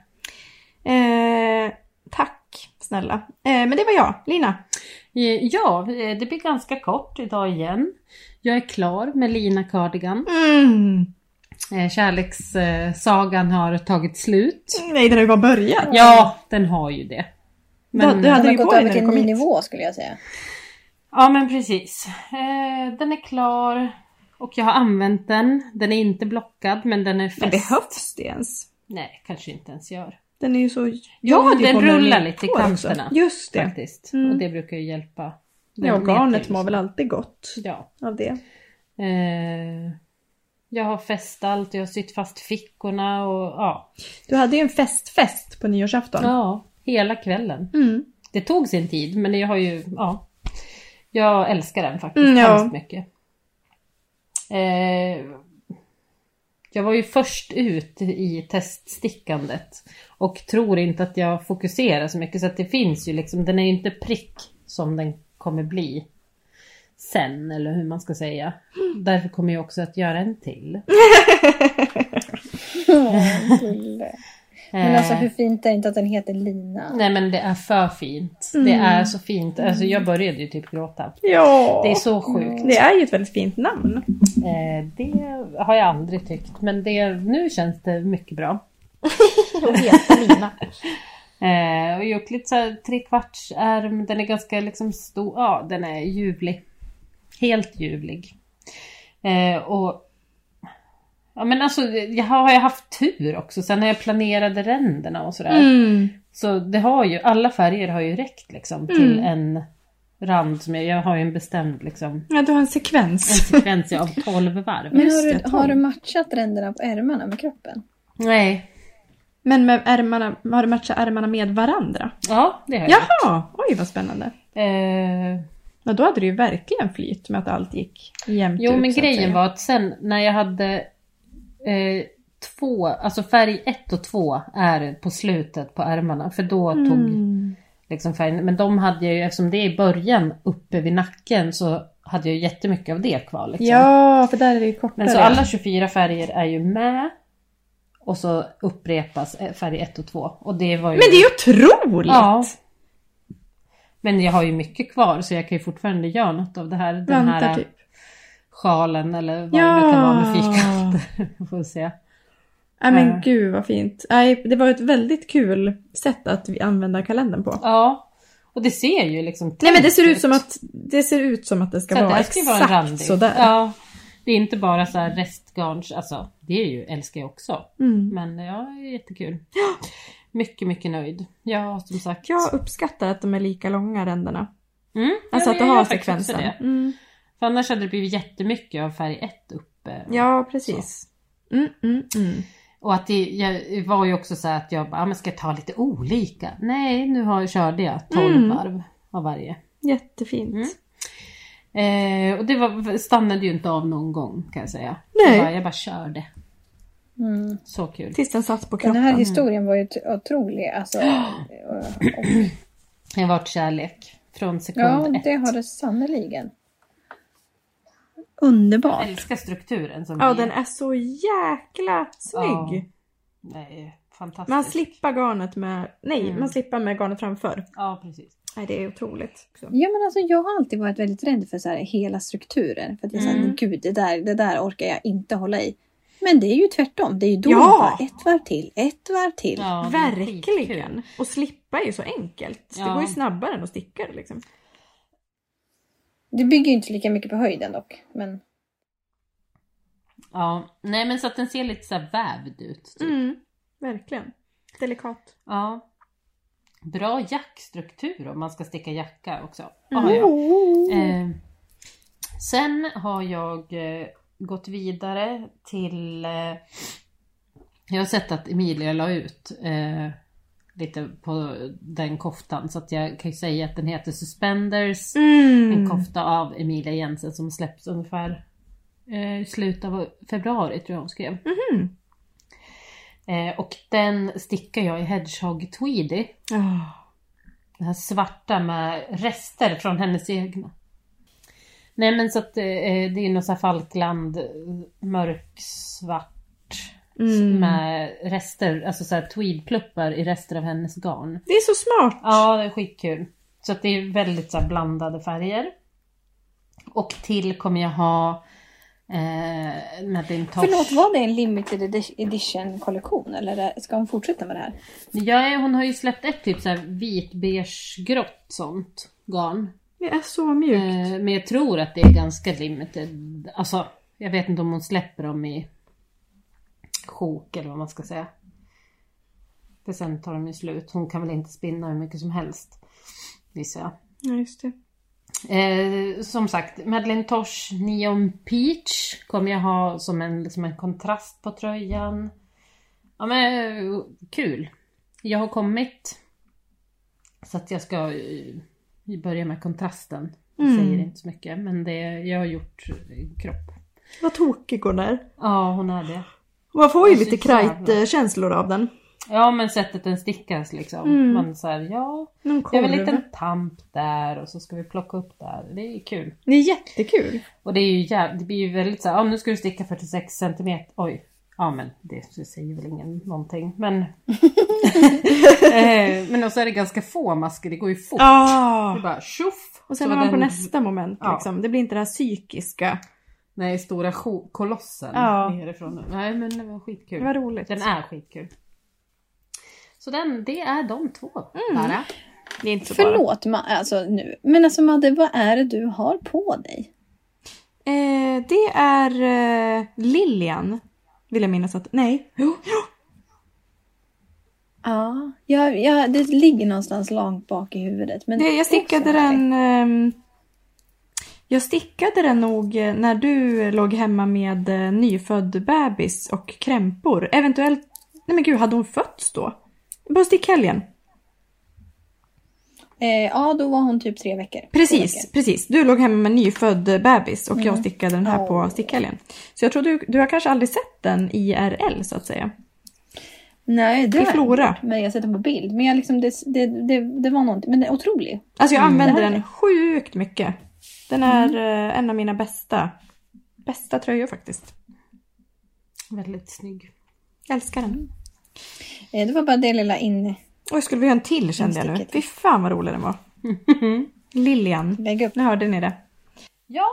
Eh, tack, snälla. Eh, men det var jag, Lina. Eh, Ja, eh, det blir ganska kort idag igen. Jag är klar med Lina Cardigan. Mm. Eh, Kärlekssagan har tagit slut. Nej, den har ju bara börjat. Ja, den har ju det. Men, du hade Den har ju på gått dig över när till du en kom ny hit. nivå skulle jag säga. ja men precis. Eh, den är klar. Och jag har använt den. Den är inte blockad men den är fäst. Men behövs det ens? Nej, kanske inte ens gör. Den är ju så... Jo, Jag hade ju den på mig rullar den lite i på kanterna. också. Just det. Faktiskt. Mm. Och det brukar ju hjälpa. Den Ja, garnet meter ju mår så. väl alltid gott Ja. av det. Eh, jag har fäst allt. Jag har sytt fast fickorna och ja. Du hade ju en festfest på nyårsafton. Ja, hela kvällen. Mm. Det tog sin tid, men jag har ju, ja. Jag älskar den faktiskt Mm, ja. hemskt mycket. Eh, jag var ju först ut i teststickandet. Och tror inte att jag fokuserar så mycket. Så att det finns ju liksom, den är ju inte prick som den kommer bli sen, eller hur man ska säga. Därför kommer jag också att göra en till. Men alltså hur fint är det inte att den heter Lina? Nej men det är för fint. Mm. Det är så fint. Alltså jag började ju typ gråta. Ja. Det är så sjukt. Det är ju ett väldigt fint namn. Eh, det har jag aldrig tyckt. Men det, nu känns det mycket bra. Och heta Lina. Eh, och gjort lite så här trekvartsärm. Den är ganska liksom stor. Ja, den är ljuvlig. Helt ljuvlig. Eh, och ja men alltså jag har, har jag haft tur också. Sen när jag planerade ränderna och sådär. Mm. Så det har ju, alla färger har ju räckt liksom till en rand som jag, jag har ju en bestämd liksom. Ja, du har en En sekvens. sekvens av tolv varv. Men Just har det, du, tolv. har du matchat ränderna på ärmarna med kroppen? Nej. Men med ärmarna, har du matchat ärmarna med varandra? Ja, det har jag. Jaha, oj vad spännande. Eh, Ja, då hade du ju verkligen flyt med att allt gick jämnt jo ut, men så att grejen säga. var att sen när jag hade eh, två, alltså färg ett och två är på slutet på ärmarna. För då tog Mm. liksom färgen, men de hade jag ju, eftersom det är i början uppe vid nacken så hade jag jättemycket av det kvar liksom. Ja, för där är det ju kortare. Men så alla tjugofyra färger är ju med. Och så upprepas färg ett och två. Och det var ju... Men det är ju otroligt! Ja. Men jag har ju mycket kvar så jag kan ju fortfarande göra något av det här. Den Vänta här typ. sjalen eller vad Ja. det nu kan vara med fyrkanter. Får vi se. Nej men Ja. gud vad fint. Nej, det var ett väldigt kul sätt att vi använder kalendern på. Ja. Och det ser ju liksom... Nej men det ser tänkt ut som att det ser ut som att det ska Så vara det ska ju vara en exakt randig. sådär. Ja. Det är inte bara så här restgarns. Alltså det är ju, älskar jag också. Mm. Men ja, det är jättekul. Mycket, mycket nöjd. Ja, som sagt. Jag uppskattar att de är lika långa ränderna. Mm. Alltså ja, att men du jag har gör faktiskt också sekvensen. det. Mm. För annars hade det blivit jättemycket av färg ett uppe. Ja, precis. Mm, mm, mm. Och att det jag, var ju också så här att jag bara, ah, men ska jag ta lite olika? Nej, nu har, körde jag tolv Mm. varv av varje. Jättefint. Mm. Eh, och det var, stannade ju inte av någon gång kan jag säga. Nej. Jag bara, jag bara körde. Mm. Så kul. Tills den satt på Den kroppen. här historien var ju t- otrolig. Alltså, och, och, Det har varit kärlek från sekund ja, ett. det har det sannoliken. Underbart. Jag älskar strukturen som Ja, blir. den är så jäkla snygg. Nej, fantastiskt. Man slipper garnet med... Nej, Mm. man slipper med garnet framför. Ja, precis. Nej, det är otroligt. också. Ja men alltså jag har alltid varit väldigt rädd för så här, hela strukturen. För att jag säger, Mm. men gud det där, det där orkar jag inte hålla i. Men det är ju tvärtom. Det är ju då Ja! man bara ett varv till, ett varv till. Ja, det är skitkul. Verkligen. Och slippa är ju så enkelt. Ja. Det går ju snabbare än att sticka det liksom. Det bygger ju inte lika mycket på höjden dock. Men Ja, nej men så att den ser lite så här vävd ut. Typ. Mm, verkligen. Delikat. Ja. Bra jackstruktur om man ska sticka jacka också. Ah, ja. eh, sen har jag eh, gått vidare till... Eh, jag har sett att Emilia la ut eh, lite på den koftan. Så att jag kan ju säga att den heter Suspenders. Mm. En kofta av Emilia Jensen som släpps ungefär eh, i slutet av februari tror jag hon skrev. Mhm. Eh, och den stickar jag i Hedgehog Tweedy. Ah. Den här svarta med rester från hennes egna. Nej men så att eh, det är någon så här Falkland eh, mörksvart Mm. med rester, alltså så här tweedpluppar i rester av hennes garn. Det är så smart. Ja, det är skitkul. Så att det är väldigt så här blandade färger. Och till kommer jag ha Eh, Madeleine Tosh. Förlåt, var det en limited edition-kollektion? Eller ska hon fortsätta med det här? Ja, hon har ju släppt ett typ så här vit-beige-grått sånt garn. Det är så mjukt. Eh, men jag tror att det är ganska limited. Alltså, jag vet inte om hon släpper dem i sjok eller vad man ska säga. För sen tar de ju slut. Hon kan väl inte spinna hur mycket som helst, visar jag. Ja, just det. Eh, som sagt, Madeleine Tosh Neon Peach kommer jag ha som en, som en kontrast på tröjan. Ja, men kul. Jag har kommit så att jag ska eh, börja med kontrasten. Jag Mm. säger inte så mycket, men det, jag har gjort kropp. Vad tokig hon är. Ja, hon är det. Man får ju Det är så lite jävla- krajt-känslor av den. Ja, men sättet den stickas liksom. Mm. Man säger ja, Någon det är väl en korv. liten tamp där och så ska vi plocka upp där. Det är kul. Det är jättekul. Och det är ju jävligt, det blir ju väldigt så här, ja, nu ska du sticka fyrtiosex centimeter. Oj. Ja, men det, det säger väl ingen någonting. Men eh, men också är det ganska få masker, det går ju fort. Ja. Det är bara tjoff. Och sen så är man på den- nästa moment Ja. liksom. Det blir inte det här psykiska. Nej, stora ko- kolossen Ja. nerifrån. Nej, men det var skitkul. Det var roligt. Den är skitkul. Så den, det är de två. Mm. Bara. Det är inte så bara. Förlåt, Ma- alltså nu. Men alltså Madde, vad är det du har på dig? Eh, det är eh, Lilian. Vill jag minnas att... Nej. Jo. Ja, ja, ja, det ligger någonstans långt bak i huvudet. Men Det, jag stickade också härligt. den... ehm, jag stickade den nog eh, när du låg hemma med eh, nyfödd bebis och krämpor. Eventuellt... Nej men gud, hade hon fötts då? På stickhelgen. Eh, ja, då var hon typ tre veckor. Två Precis, veckor. precis. Du låg hemma med nyfödd bebis och jag stickade den här Åh. på stickhelgen. Så jag tror du, du har kanske aldrig sett den I R L så att säga. Nej, det I har jag Flora. inte gjort, men jag sätter på bild. Men jag liksom, det, det, det, det var någonting. Men det är otroligt. Alltså jag Mm, använder det här den sjukt mycket. Den är eh, en av mina bästa, bästa tröjor faktiskt. Väldigt snygg. Jag älskar den. Eh, det var bara det lilla in... Och jag skulle vilja ha en till kände jag nu. Sticket. Fy fan vad rolig den var. Lilian. Lägg upp. Nu hörde ni det. Ja.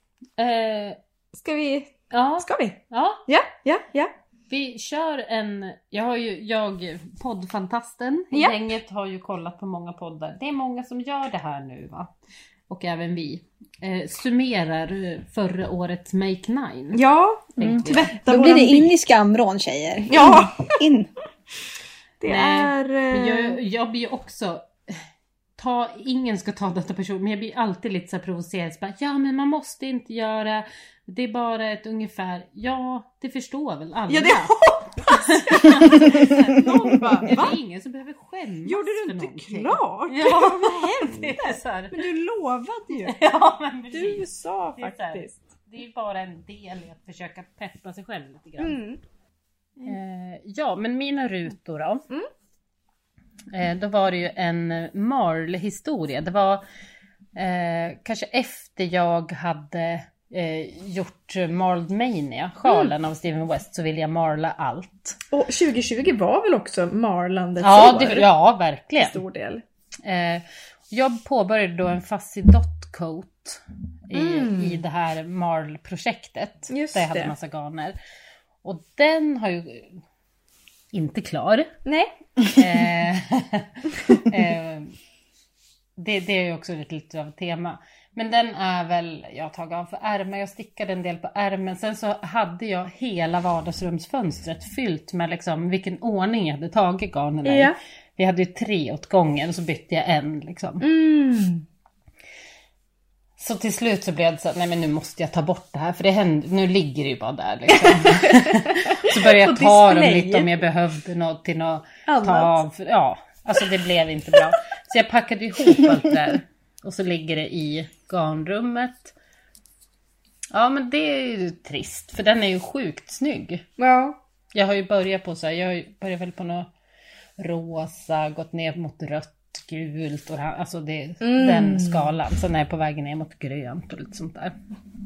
Eh, Ska vi? ja. Ska vi? Ja. Ja, ja, ja. Vi kör en... Jag har ju... Jag, poddfantasten i Ja. gänget har ju kollat på många poddar. Det är många som gör det här nu, va? Och även vi. Eh, summerar förra årets Make Nine. Ja, tänkte vi. tvätta Då blir våran det in bil. i skamvrån, tjejer. Ja, In. det Nej, är... eh, Men jag, jag blir ju också... Ta, ingen ska ta detta person, men jag blir alltid lite så här provocerad. Så bara, ja, men man måste inte göra... Det är bara ett ungefär... Ja, det förstår väl alla. Ja, det hoppas jag. Någon bara, Det va? är ingen som behöver skämmas Gjorde du för inte någonting. klart? Ja, Vad hände? det är så här. Men du lovade ju. Ja, men precis. Du sa Det är så här. faktiskt. Det är ju bara en del i att försöka peppa sig själv lite grann. Mm. Eh, ja, men mina rutor då. Mm. Eh, då var det ju en Marl-historia. Det var eh, kanske efter jag hade eh, gjort Marled Mania, sjalen Mm. av Steven West, så ville jag marla allt. Och tjugo tjugo var väl också marlandets Ja, år? det, ja, verkligen. Stor del. Eh, jag påbörjade då en Fuzzy Dot Coat i, Mm. i det här Marl-projektet. Just där jag hade det. massa garner. Och den har ju inte klar. Nej. Eh, eh, det, det är ju också lite, lite av ett tema. Men den är väl, jag har tagit av för ärmen, jag stickade en del på ärmen. Sen så hade jag hela vardagsrumsfönstret fyllt med liksom vilken ordning jag hade tagit garnen i. Ja. Vi hade ju tre åt gången och så bytte jag en liksom. Mm. Så till slut så blev det så att nej men nu måste jag ta bort det här. För det händer, nu ligger det ju bara där liksom. Så började jag På ta dem display. lite om jag behövde något till något. Annat. Ta av, ja, alltså det blev inte bra. Så jag packade ihop allt det där. Och så ligger det i garnrummet. Ja men det är ju trist. För den är ju sjukt snygg. Ja. Jag har ju börjat på så här, jag har ju börjat väl på något rosa, gått ner mot rött, gult och alltså det, Mm. den skalan. Sen är jag på vägen ner mot grönt och lite sånt där.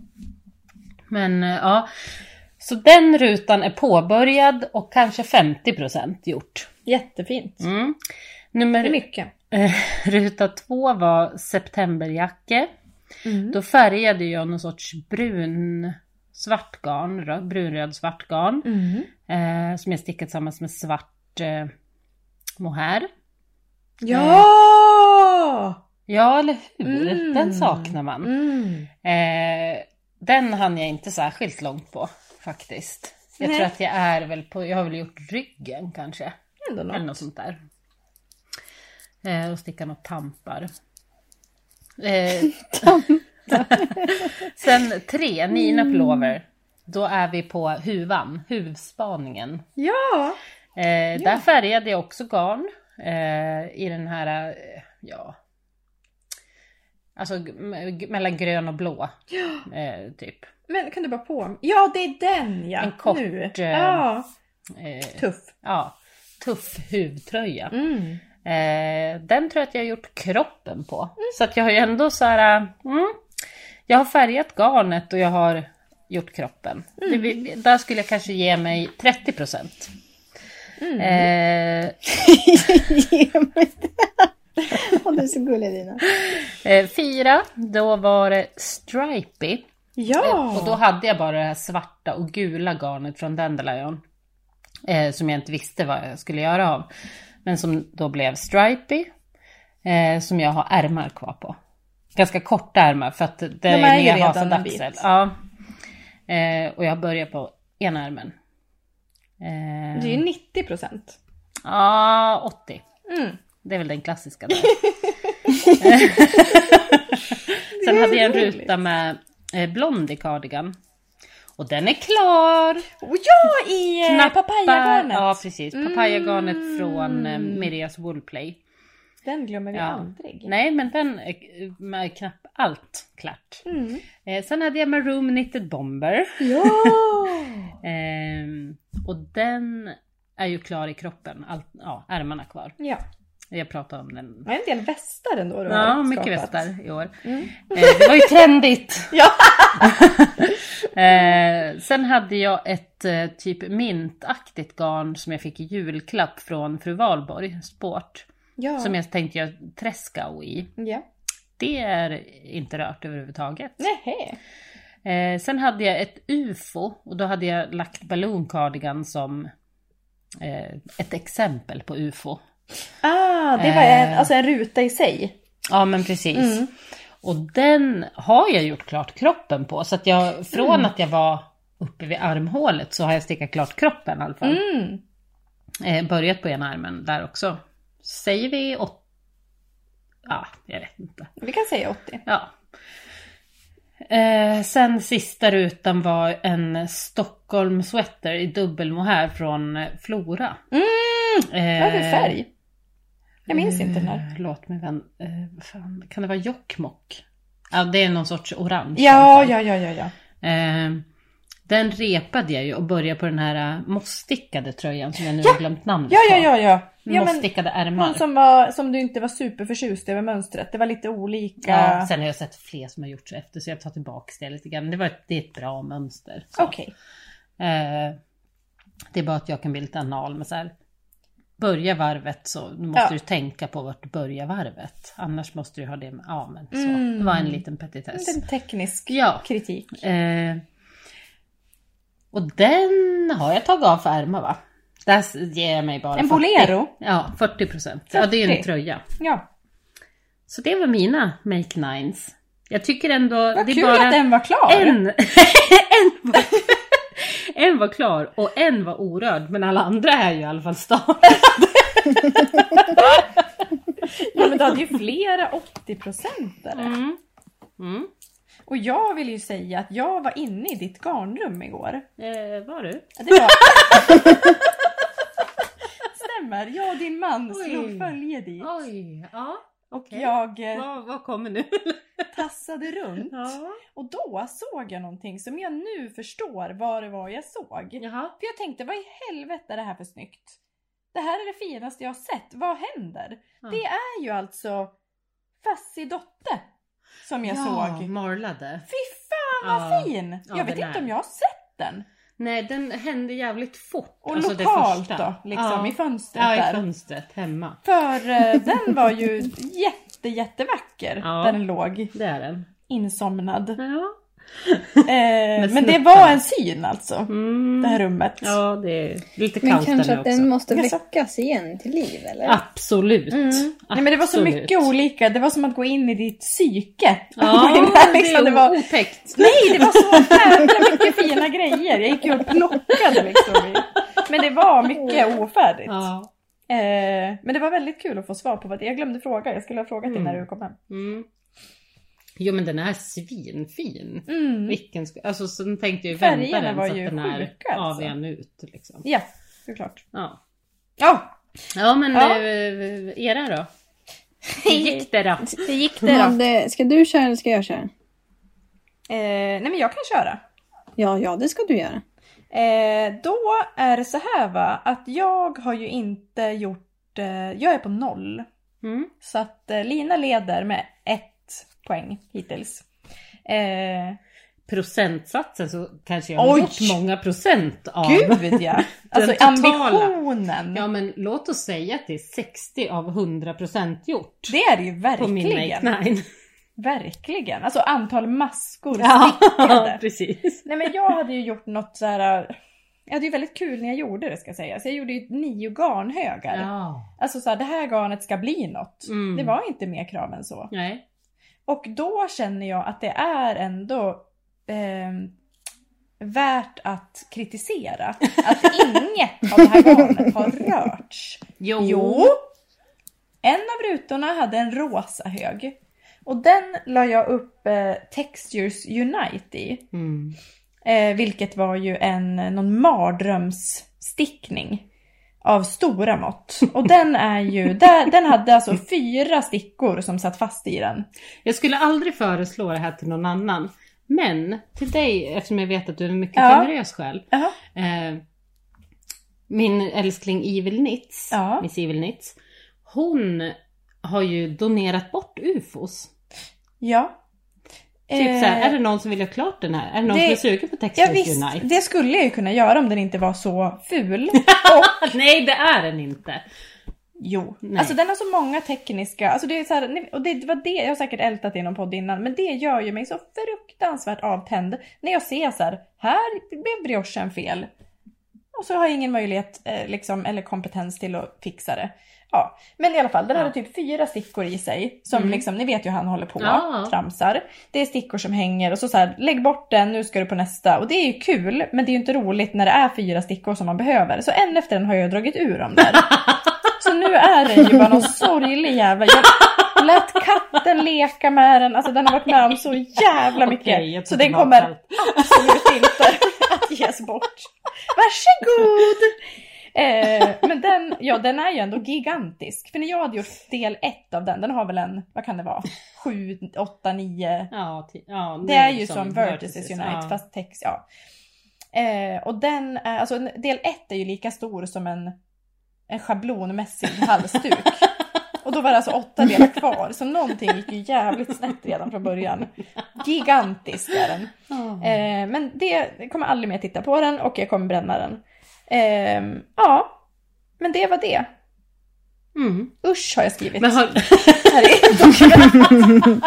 Men eh, ja, så den rutan är påbörjad och kanske femtio procent gjort. Jättefint. Mm. Det är Nummer mycket. eh, ruta två var septemberjacke. Mm. Då färgade jag någon sorts brun svart garn, rö- brunröd svart garn. Mm. Eh, som jag stickar tillsammans med svart eh, mohair. Ja! Ja, eller hur? Mm. Den saknar man. Mm. Eh, den hann jag inte särskilt långt på faktiskt. Jag Nej. tror att jag är väl på, jag har väl gjort ryggen kanske. Ändå något. Eller något sånt där. Eh, och sticka något tampar. Eh, sen tre, Nina Pullover. Då är vi på huvan, huvspaningen. Ja! Eh, där färgade jag också garn. Eh, I den här, eh, ja... Alltså g- mellan grön och blå. Eh, typ. Men kan du bara på? Ja, det är den ja. En kort, Nu. eh, Ja. Eh, Tuff. Ja, tuff huvtröja. Mm. Eh, den tror jag att jag har gjort kroppen på. Mm. Så att jag har ju ändå så här... Mm, jag har färgat garnet och jag har gjort kroppen. Mm. Det, där skulle jag kanske ge mig trettio procent. Mm. Eh, Ge mig det. Åh, du är så gullig, Lina. eh, fyra, då var det stripey. Ja! Eh, och då hade jag bara det här svarta och gula garnet från Dandelion. Eh, som jag inte visste vad jag skulle göra av. Men som då blev stripey. Eh, som jag har ärmar kvar på. Ganska korta ärmar för att det De är är ju mer redan hasad en bit. axel. Ja. Eh, och jag börjar på ena ärmen. Eh, Det är ju nittio procent. Ja, åttio. Mm. Det är väl den klassiska där. Sen hade jag en ruta med eh, Blondie cardigan. Och den är klar. Och ja, i eh, Knappa- papayagarnet. Ja, precis. Papayagarnet från eh, Mirias Woolplay. Den glömmer vi Ja. aldrig. Nej, men den är med knapp allt klart. Mm. Eh, sen hade jag Maroon Knitted Bomber. Ja! Eh, och den är ju klar i kroppen. Allt, ja, ärmarna kvar. Ja. Jag pratade om den. Det är en del västar ändå du Ja, har mycket skapat. västar i år. Mm. Eh, det var ju trendigt. Ja! eh, sen hade jag ett eh, typ mintaktigt garn som jag fick i julklapp från fru Valborg, Sport. Ja. Som jag tänkte göra träskau i. Ja. Det är inte rört överhuvudtaget. Nähä. Eh, sen hade jag ett U F O och då hade jag lagt balloon cardigan som eh, ett exempel på U F O. Ah, det var en, alltså en ruta i sig. Ja, men precis. Mm. Och den har jag gjort klart kroppen på. Så att jag, från Mm. att jag var uppe vid armhålet så har jag stickat klart kroppen i alla fall. Mm. Eh, börjat på ena armen där också. Säger vi åtta? Ja, jag vet inte. Vi kan säga åttio. Ja. Eh, sen sista rutan var en Stockholm sweater i dubbelmohair från Flora. Mm. Eh, Vad är det för färg? Jag minns inte den här. Eh, låt mig vän. Eh, vad fan, kan det vara Jokkmokk? Ja, det är någon sorts orange. i Ja, alla fall. ja, ja, ja, ja. Eh, den repade jag ju och började på den här uh, mossstickade tröjan som jag nu Ja! har glömt namnet Ja, ja, på. ja, ja. Ja, men Mossstickade ärmar. hon som, var, som du inte var superförtjust över mönstret. Det var lite olika. Ja, sen har jag sett fler som har gjort så efter så jag tar tillbaka det lite grann. Det, var ett, det är ett bra mönster. så. Okej. Eh, det är bara att jag kan bli lite anal med så här. Börja varvet så måste Ja. du tänka på vart du börjar varvet. Annars måste du ha det med, ja men så. Mm. Det var en liten petitess. En teknisk Ja. kritik. Eh, och den har jag tagit av för ärmar va? Där ger jag mig bara En fyrtio. bolero? Ja, fyrtio procent. Ja, det är ju en fyrtio. tröja. Ja. Så det var mina Make Nines. Jag tycker ändå... Vad det är kul bara att den var klar. En, en, var, en var klar och en var orörd. Men alla andra är ju i alla fall start. Ja, men du hade ju flera åttio procent där. Mm. Mm. Och jag vill ju säga att jag var inne i ditt garnrum igår. Eh, var du? Ja, det var... Stämmer, jag och din man Oj. slog följe dit. Oj, ja. Och okej. jag eh, Vad, vad kommer nu? tassade runt. Ja. Och då såg jag någonting som jag nu förstår vad det var jag såg. Jaha. För jag tänkte, vad i helvete är det här för snyggt? Det här är det finaste jag har sett. Vad händer? Ja. Det är ju alltså Fassi Dotte som jag ja, såg. marlade. Fy fan vad Ja. fin! Ja, Jag vet den inte är. om jag har sett den. Nej, den hände jävligt fort. Och Alltså det lokalt första. då, liksom ja. i fönstret Ja, i där. fönstret hemma. För eh, den var ju jätte, jättevacker Ja. där den låg Det är den. insomnad. Ja. Eh, men det var en syn alltså. Mm. Det här rummet. Ja, det är lite men kallt kanske där att också. Den måste väckas igen till liv, eller? Absolut. Mm. Absolut. Nej, men det var så mycket olika. Det var som att gå in i ditt psyke. Ja, det, liksom, det det var otäckt. Nej, det var så jävla mycket fina grejer. Jag gick ju och plockade liksom. Men det var mycket ofärdigt. Ja. Eh, men det var väldigt kul att få svar på vad jag glömde fråga. Jag skulle ha frågat dig Mm. när du kom hem. Mm. Jo, men den är svinfin. Mm. Vilken sk- alltså så tänkte jag ju Färgerna vänta den var så att ju den är sjuka, alltså. av en ut liksom. Ja, såklart. Ja. Ja, Ja, men Ja. Eh, era då? Hur gick det då? det gick det då. Hade, ska du köra eller ska jag köra? Eh, nej, men jag kan köra. Ja, ja, det ska du göra. Eh, då är det så här va, att jag har ju inte gjort, eh, jag är på noll. Mm. Så att eh, Lina leder med ett poäng hittills. Eh, Procentsatsen så kanske jag har Oj! gjort många procent av. Gud ja! Alltså totala. ambitionen. Ja, men låt oss säga att det är sextio av hundra procent gjort. Det är det ju På min verkligen. Make Nine. Verkligen. Alltså antal maskor Ja, stickade. precis. Nej, men jag hade ju gjort något så här. Jag hade ju väldigt kul när jag gjorde det, ska jag säga. Så jag gjorde ju nio garnhögar. Ja. Alltså så här, det här garnet ska bli något. Mm. Det var inte mer krav än så. Nej. Och då känner jag att det är ändå eh, värt att kritisera. Att inget av det här garnet har rörts. Jo. Jo. En av rutorna hade en rosa hög. Och den la jag upp eh, Textures Unite i. Mm. Eh, vilket var ju en någon mardrömsstickning av stora mått. Och den är ju, där, den hade alltså fyra stickor som satt fast i den. Jag skulle aldrig föreslå det här till någon annan. Men till dig, eftersom jag vet att du är en mycket Ja. generös själv. Jaha. Eh, min älskling Evil Knits, Ja. Miss Evil Knits, hon har ju donerat bort U F Os. Ja. Typ Eh, så här, är det någon som vill ha klart den här? Är det någon det- som är sugen på Ja Textures visst, Unite? det skulle jag ju kunna göra om den inte var så ful. Nej, det är den inte. Jo, Nej. alltså den har så många tekniska, alltså det är så här, och det var det, jag har säkert ältat i någon podd innan, men det gör ju mig så fruktansvärt avtänd när jag ser så här, här blev briochen fel. Och så har jag ingen möjlighet eh, liksom, eller kompetens till att fixa det. Ja, men i alla fall, den Ja. hade typ fyra stickor i sig. Som Mm. liksom, ni vet ju hur han håller på, Ja. tramsar. Det är stickor som hänger och så så här, lägg bort den, nu ska du på nästa. Och det är ju kul, men det är ju inte roligt när det är fyra stickor som man behöver. Så en efter den har jag dragit ur dem där. Så nu är det ju bara någon sorglig jävla... Jag lät katten leka med den, alltså den har varit med om så jävla mycket. Okej, jag tar så den tillbaka kommer allt. absolut inte att ges bort. Varsågod! Eh, men den, ja, den är ju ändå gigantisk. För när jag hade gjort del ett av den, den har väl en, vad kan det vara? sju, åtta, nio. Ja, t- ja, Det är ju som Vertices Vertices, Unite, ja. fast text, ja. Eh, och den är, alltså del ett är ju lika stor som en, en schablonmässig halsduk. Och då var det alltså åtta delar kvar. Så någonting gick ju jävligt snett redan från början. Gigantisk är den. Ja. Eh, men det jag kommer aldrig mer titta på den och jag kommer bränna den. Eh, ja, men det var det. Mm. Usch har jag skrivit. Men, har... Här är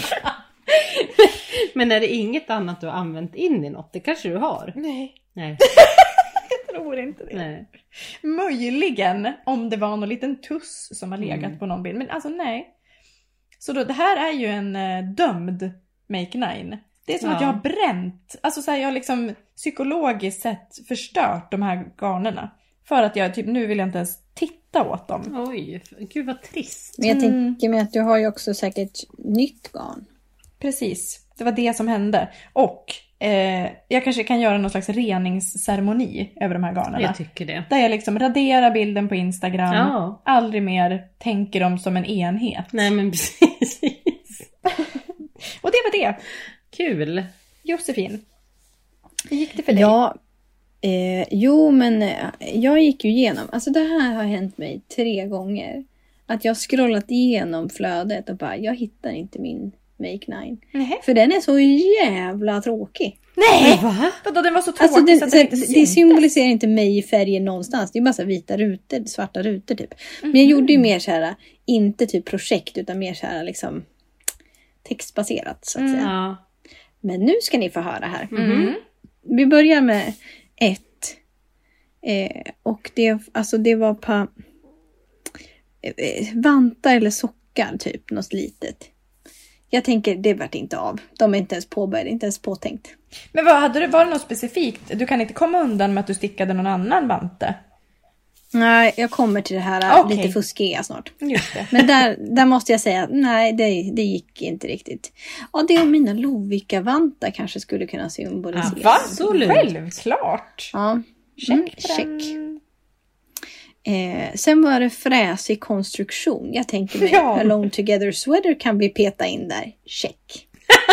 Men är det inget annat du har använt in i något? Det kanske du har. Nej, Nej. jag tror inte det. Nej. Möjligen om det var någon liten tuss som har legat Mm. på någon bild. Men alltså nej. Så då, det här är ju en eh, dömd Make Nine. Det är som Ja. att jag har bränt. Alltså så här, jag har liksom psykologiskt sett förstört de här garnerna. För att jag typ nu vill jag inte ens titta åt dem. Oj, gud vad trist. Men jag Mm. tänker mig att du har ju också säkert nytt garn. Precis, det var det som hände. Och eh, jag kanske kan göra någon slags reningsceremoni över de här garnerna. Jag tycker det. Där jag liksom raderar bilden på Instagram. Ja. Aldrig mer tänker dem som en enhet. Nej, men precis. Och det var det. Kul. Josefin, hur gick det för dig? Ja, eh, jo men eh, jag gick ju igenom, alltså det här har hänt mig tre gånger. Att jag har scrollat igenom flödet och bara, jag hittar inte min Make Nine. Nej. För den är så jävla tråkig. Nej! Va? Vadå, den var så tråkig Alltså det, så att så, den inte det syntes. symboliserar inte mig i färger någonstans. Det är bara så här vita rutor, svarta rutor typ. Men jag gjorde ju mer så här, inte typ projekt utan mer så här liksom textbaserat så att säga. Ja. Men nu ska ni få höra här. Mm. Vi börjar med ett. Eh, och det, alltså det var på eh, vantar eller sockar typ. Något litet. Jag tänker, det vart inte av. De är inte ens påbörjade, inte ens påtänkt. Men vad hade det, var det något specifikt? Du kan inte komma undan med att du stickade någon annan vante. Nej, jag kommer till det här Okay. lite fuskiga snart. Just det. Men där, där måste jag säga, nej det, det gick inte riktigt. Ja, det och mina Lovikka-vantar kanske skulle kunna symbolisera. Ja, va? Absolut. Självklart. Ja, Check mm, på check. den. Eh, sen var det fräsig konstruktion. Jag tänker mig, Ja. Alone Together Sweater kan vi peta in där. Check.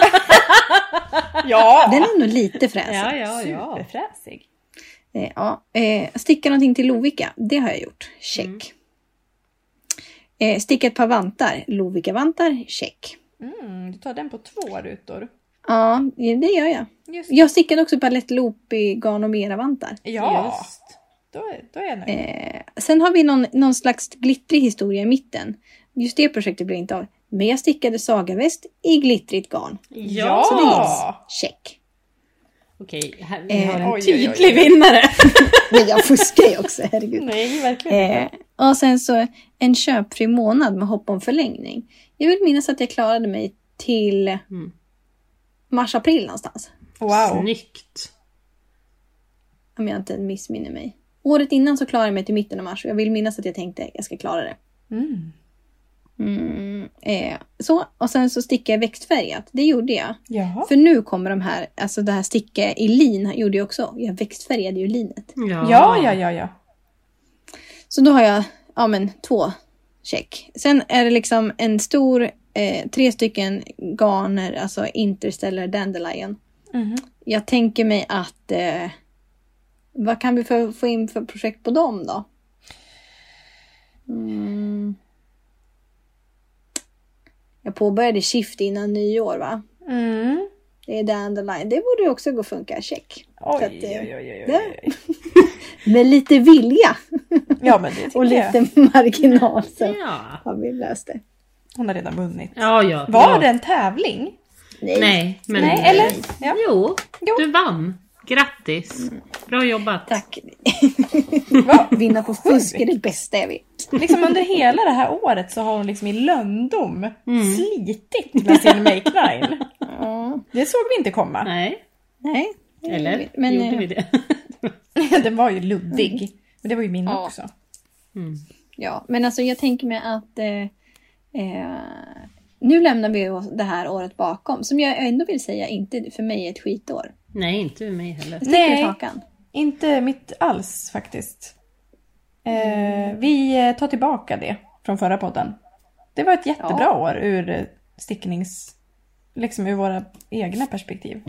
Ja. Den är nog lite fräsig. Ja, ja, ja. Superfräsig. Eh, ja. Eh, sticka någonting till Lovikka. Det har jag gjort. Check. Mm. Eh, sticka ett par vantar. Lovikka-vantar. Check. Mm, du tar den på två rutor. Ja, det gör jag. Just. Jag stickade också palett loop i garn och mera vantar. Ja, Just. då, är- då är jag nöjd. Eh, sen har vi någon, någon slags glittrig historia i mitten. Just det projektet blev inte av. Men jag stickade sagaväst i glittrigt garn. Ja. Så det gills. Check. Okej, här, vi Eh, har en oj, oj, oj, tydlig oj. vinnare. Men jag fuskar ju också, herregud. Nej, verkligen Eh, inte. och sen så en köpfri månad med hopp om förlängning. Jag vill minnas att jag klarade mig till Mm. mars-april någonstans. Wow. Snyggt. Om jag inte missminner mig. Året innan så klarade jag mig till mitten av mars. Och jag vill minnas att jag tänkte att jag ska klara det. Mm. Mm, eh, så, och sen så stickade jag växtfärgat. Det gjorde jag. Jaha. För nu kommer de här, alltså det här sticka i lin gjorde jag också. Jag växtfärgade ju linet. Ja, Ja, ja, ja, ja. Så då har jag, ja men två check. Sen är det liksom en stor, eh, tre stycken garner, alltså Interstellar Dandelion. Mhm. Jag tänker mig att, eh, vad kan vi få, få in för projekt på dem då? Mm. Jag påbörjade shift innan nyår, va? Mm. Det är Dandelion. Det borde ju också gå att funka. Check. Oj, Så att, oj, eh, oj, oj, oj, det- oj. Med lite vilja Ja, men det tycker och jag. lite marginal så Ja, har vi löst det. Hon har redan vunnit. ja. ja. Var ja. det en tävling? Nej, men... Nej, eller? Ja. Jo, Jo. du vann. Grattis. Bra jobbat. Tack. Va? Vinna på fusk är det bästa jag vet. Liksom under hela det här året så har hon liksom i löndom Mm. slitit med sin make line. Ja. Det såg vi inte komma. Nej, Nej. eller? Men, Gjorde eh, vi det? Den var ju luddig. Men det var ju min Ja. också. Mm. Ja, men alltså jag tänker mig att eh, eh, nu lämnar vi det här året bakom. Som jag ändå vill säga inte för mig är ett skitår. Nej, inte med mig heller. Jag sticker Nej. ut hakan. Inte mitt alls faktiskt. Eh, vi eh, tar tillbaka det från förra podden. Det var ett jättebra Ja. år ur eh, sticknings... Liksom ur våra egna perspektiv.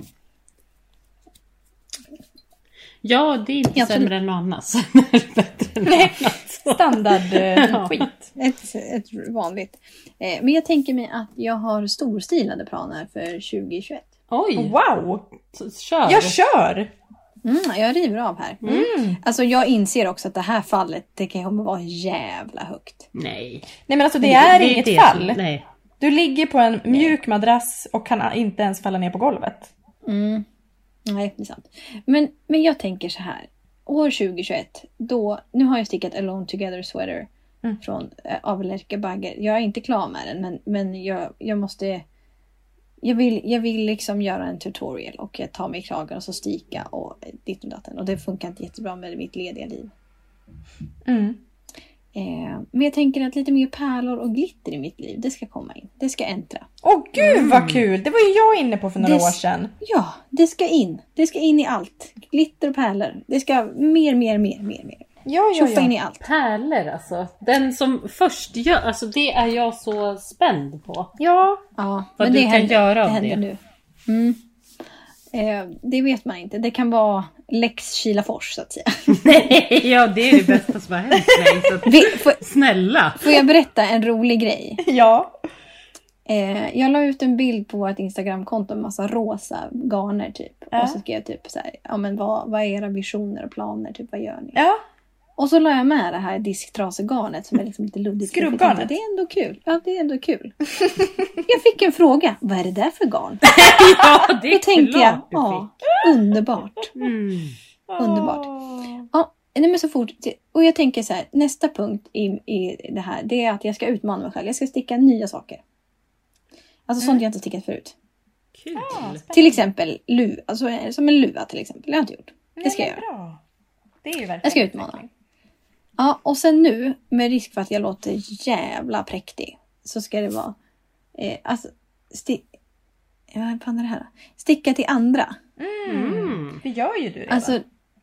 Ja, det är inte Jag tror- sämre än något annat. Det är bättre än något annat. Standard eh, Ja. skit. Ett, ett vanligt. Eh, men jag tänker mig att jag har storstilade planer för tjugo tjugoett. Oj, Wow! kör. Jag kör! Mm, jag river av här. Mm. Alltså jag inser också att det här fallet det kan kommer vara jävla högt. Nej. Nej men alltså det är inget det. fall. Nej. Du ligger på en mjuk madrass och kan inte ens falla ner på golvet. Mm. Nej, det är sant. Men, men jag tänker så här. År tjugo tjugoett, då, nu har jag stickat Alone Together Sweater Mm. från, äh, av Lerke Bagger. Jag är inte klar med den, men, men jag, jag måste... Jag vill, jag vill liksom göra en tutorial och jag tar mig i kragen och så stika och ditt och datten. Och det funkar inte jättebra med mitt lediga liv. Mm. Eh, men jag tänker att lite mer pärlor och glitter i mitt liv, det ska komma in. Det ska äntra. Åh gud vad kul! Det var ju jag inne på för några Det- år sedan. Ja, det ska in. Det ska in i allt. Glitter och pärlor. Det ska mer, mer, mer, mer, mer. Ja, ja, Tjoffa in ja. i allt. Pärlor alltså. Den som först gör, alltså det är jag så spänd på. Ja, Ja, Vad men du det kan händer, göra av det händer det. nu. Mm. Eh, det vet man inte. Det kan vara Lex Kilafors så att säga. Nej, ja det är det bästa som har hänt mig. Så att, Vi, får, snälla. får jag berätta en rolig grej? ja. Eh, jag la ut en bild på ett Instagramkonto med massa rosa garner typ. Ja. Och så skrev jag typ så här, ja men vad, vad är era visioner och planer? Typ vad gör ni? Ja. Och så la jag med det här disktrasegarnet som är liksom lite luddigt. Skrubbgarnet. Det är ändå kul. Ja, det är ändå kul. Jag fick en fråga. Vad är det där för garn? Ja, det är Då tänkte jag, klart du ja, underbart. Mm. Underbart. Ja, nej men så fort. Och jag tänker så här, nästa punkt i, i det här, det är att jag ska utmana mig själv. Jag ska sticka nya saker. Alltså sånt Mm. jag inte stickat förut. Kul. Till exempel luva, alltså som en luva till exempel. Det har jag inte gjort. Det ska Nej, jag göra. bra. Det är ju verkligen Jag ska utmana. Ja, och sen nu, med risk för att jag låter jävla präktig, så ska det vara, eh, alltså, sti- ja, vad fan är det här? Sticka till andra. Mm. Mm. Det gör ju du redan. Alltså,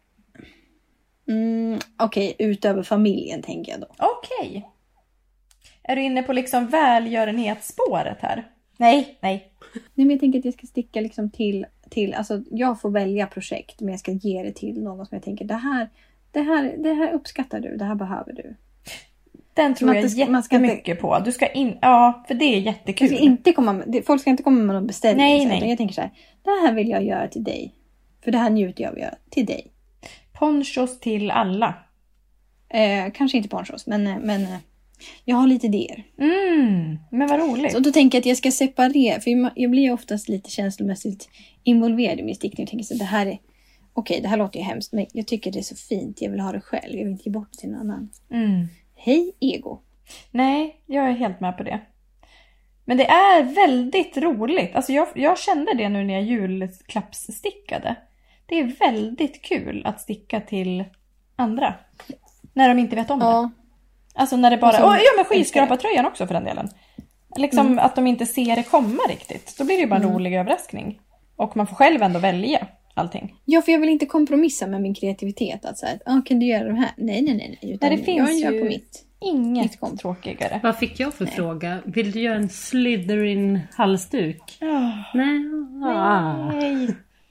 mm, okej, utöver familjen tänker jag då. Okej. Är du inne på liksom välgörenhetsspåret här? Nej, nej. Nej, men jag tänker att jag ska sticka liksom till, till, alltså jag får välja projekt, men jag ska ge det till någon som jag tänker, det här, det här, det här uppskattar du, det här behöver du. Den tror Man jag ska- man ska inte- jättemycket på. Du ska in, ja, för det är jättekul. Jag ska inte komma med, det- folk ska inte komma med någon beställning. Nej, så, nej. utan jag tänker så här, det här vill jag göra till dig. För det här njuter jag av att göra till dig. Ponchos till alla. Eh, kanske inte ponchos, men, eh, men eh, jag har lite idéer. Mm, men vad roligt. Så då tänker jag att jag ska separera, för jag- jag blir ju oftast lite känslomässigt involverad i min stickning. Jag tänker så det här är, okej, det här låter ju hemskt, men jag tycker det är så fint. Jag vill ha det själv, jag vill inte ge bort det till någon annan. Mm. Hej, ego. Nej, jag är helt med på det. Men det är väldigt roligt. Alltså jag, jag kände det nu när jag julklappsstickade. Det är väldigt kul att sticka till andra. När de inte vet om det. Ja, Alltså när det bara... Och så- Och, ja, men skyskrapartröjan också för den delen. Liksom Mm. att de inte ser det komma riktigt. Då blir det ju bara en Mm. rolig överraskning. Och man får själv ändå välja allting. ja, för jag vill inte kompromissa med min kreativitet. Att säga, ah, kan du göra de här? Nej, nej, nej. nej utan Nej, det finns jag gör ju- på mitt. Inget Mitt kom. tråkigare. Vad fick jag för fråga? Vill du göra en Slytherin halsduk? Oh, Nej. Ah. nej.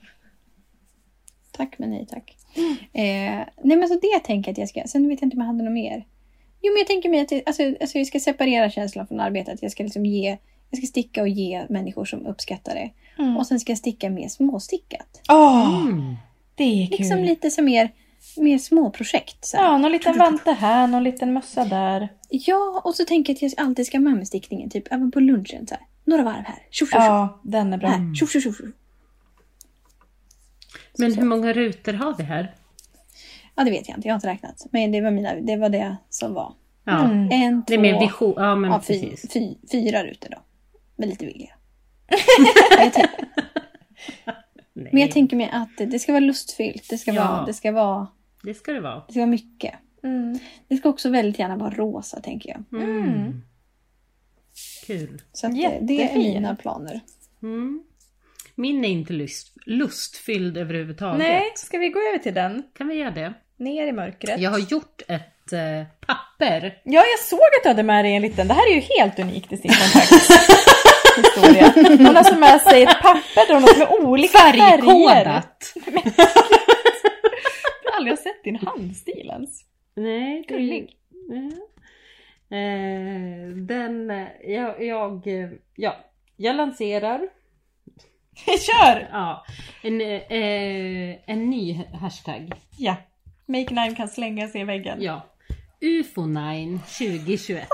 Tack men nej tack. Eh, nej men så det tänker jag att jag ska. Sen vet jag inte om jag hade något mer. Jo men jag tänker mig att jag, alltså, alltså jag ska separera känslan från arbetet. Jag ska liksom ge, jag ska sticka och ge människor som uppskattar det. Mm. Och sen ska jag sticka mer småstickat. Åh, Mm. det är kul. Liksom lite som mer, mer små projekt. Så här. Ja, någon liten vante här, någon liten mössa där. Ja, och så tänker jag att jag alltid ska med mig stickningen. Typ även på lunchen. Så här. Några varv här. Tjoff, tjoff, tjoff. Ja, den är bra. Här. Tjoff, tjoff, tjoff. Men hur många rutor har vi här? Ja, det vet jag inte. Jag har inte räknat. Men det var, mina, det, var det som var. Ja. Mm. En, två, Det är mer vision. Ja, men ja, fy, precis. fy, fyra rutor då. Med lite vilja. Men jag tänker, Nej. men jag tänker mig att det ska vara lustfyllt. Det ska, Ja. vara, det ska, vara, Det ska det vara. det ska vara mycket. Mm. Det ska också väldigt gärna vara rosa, tänker jag. Mm. Mm. Kul. Så att det, det är Jättefin. mina planer. Mm. Min är inte lust, lustfylld överhuvudtaget. Nej, ska vi gå över till den? Kan vi göra det? Ner i mörkret. Jag har gjort ett eh, papper. Ja, jag såg att du hade med dig en liten. Det här är ju helt unikt i sin kontakt. Historia. Hon har alltså med sig ett papper där hon har med olika färger. Färgkodat. Jag har aldrig sett din handstil ens. Nej, det är... Gullig. Ja. Eh, den... eh, Jag, jag... eh, Ja, jag lanserar... Kör! Ja, en, eh, en ny hashtag. Ja. Make Nine kan slänga sig i väggen. Ja. U F O nio tjugohundratjugoett.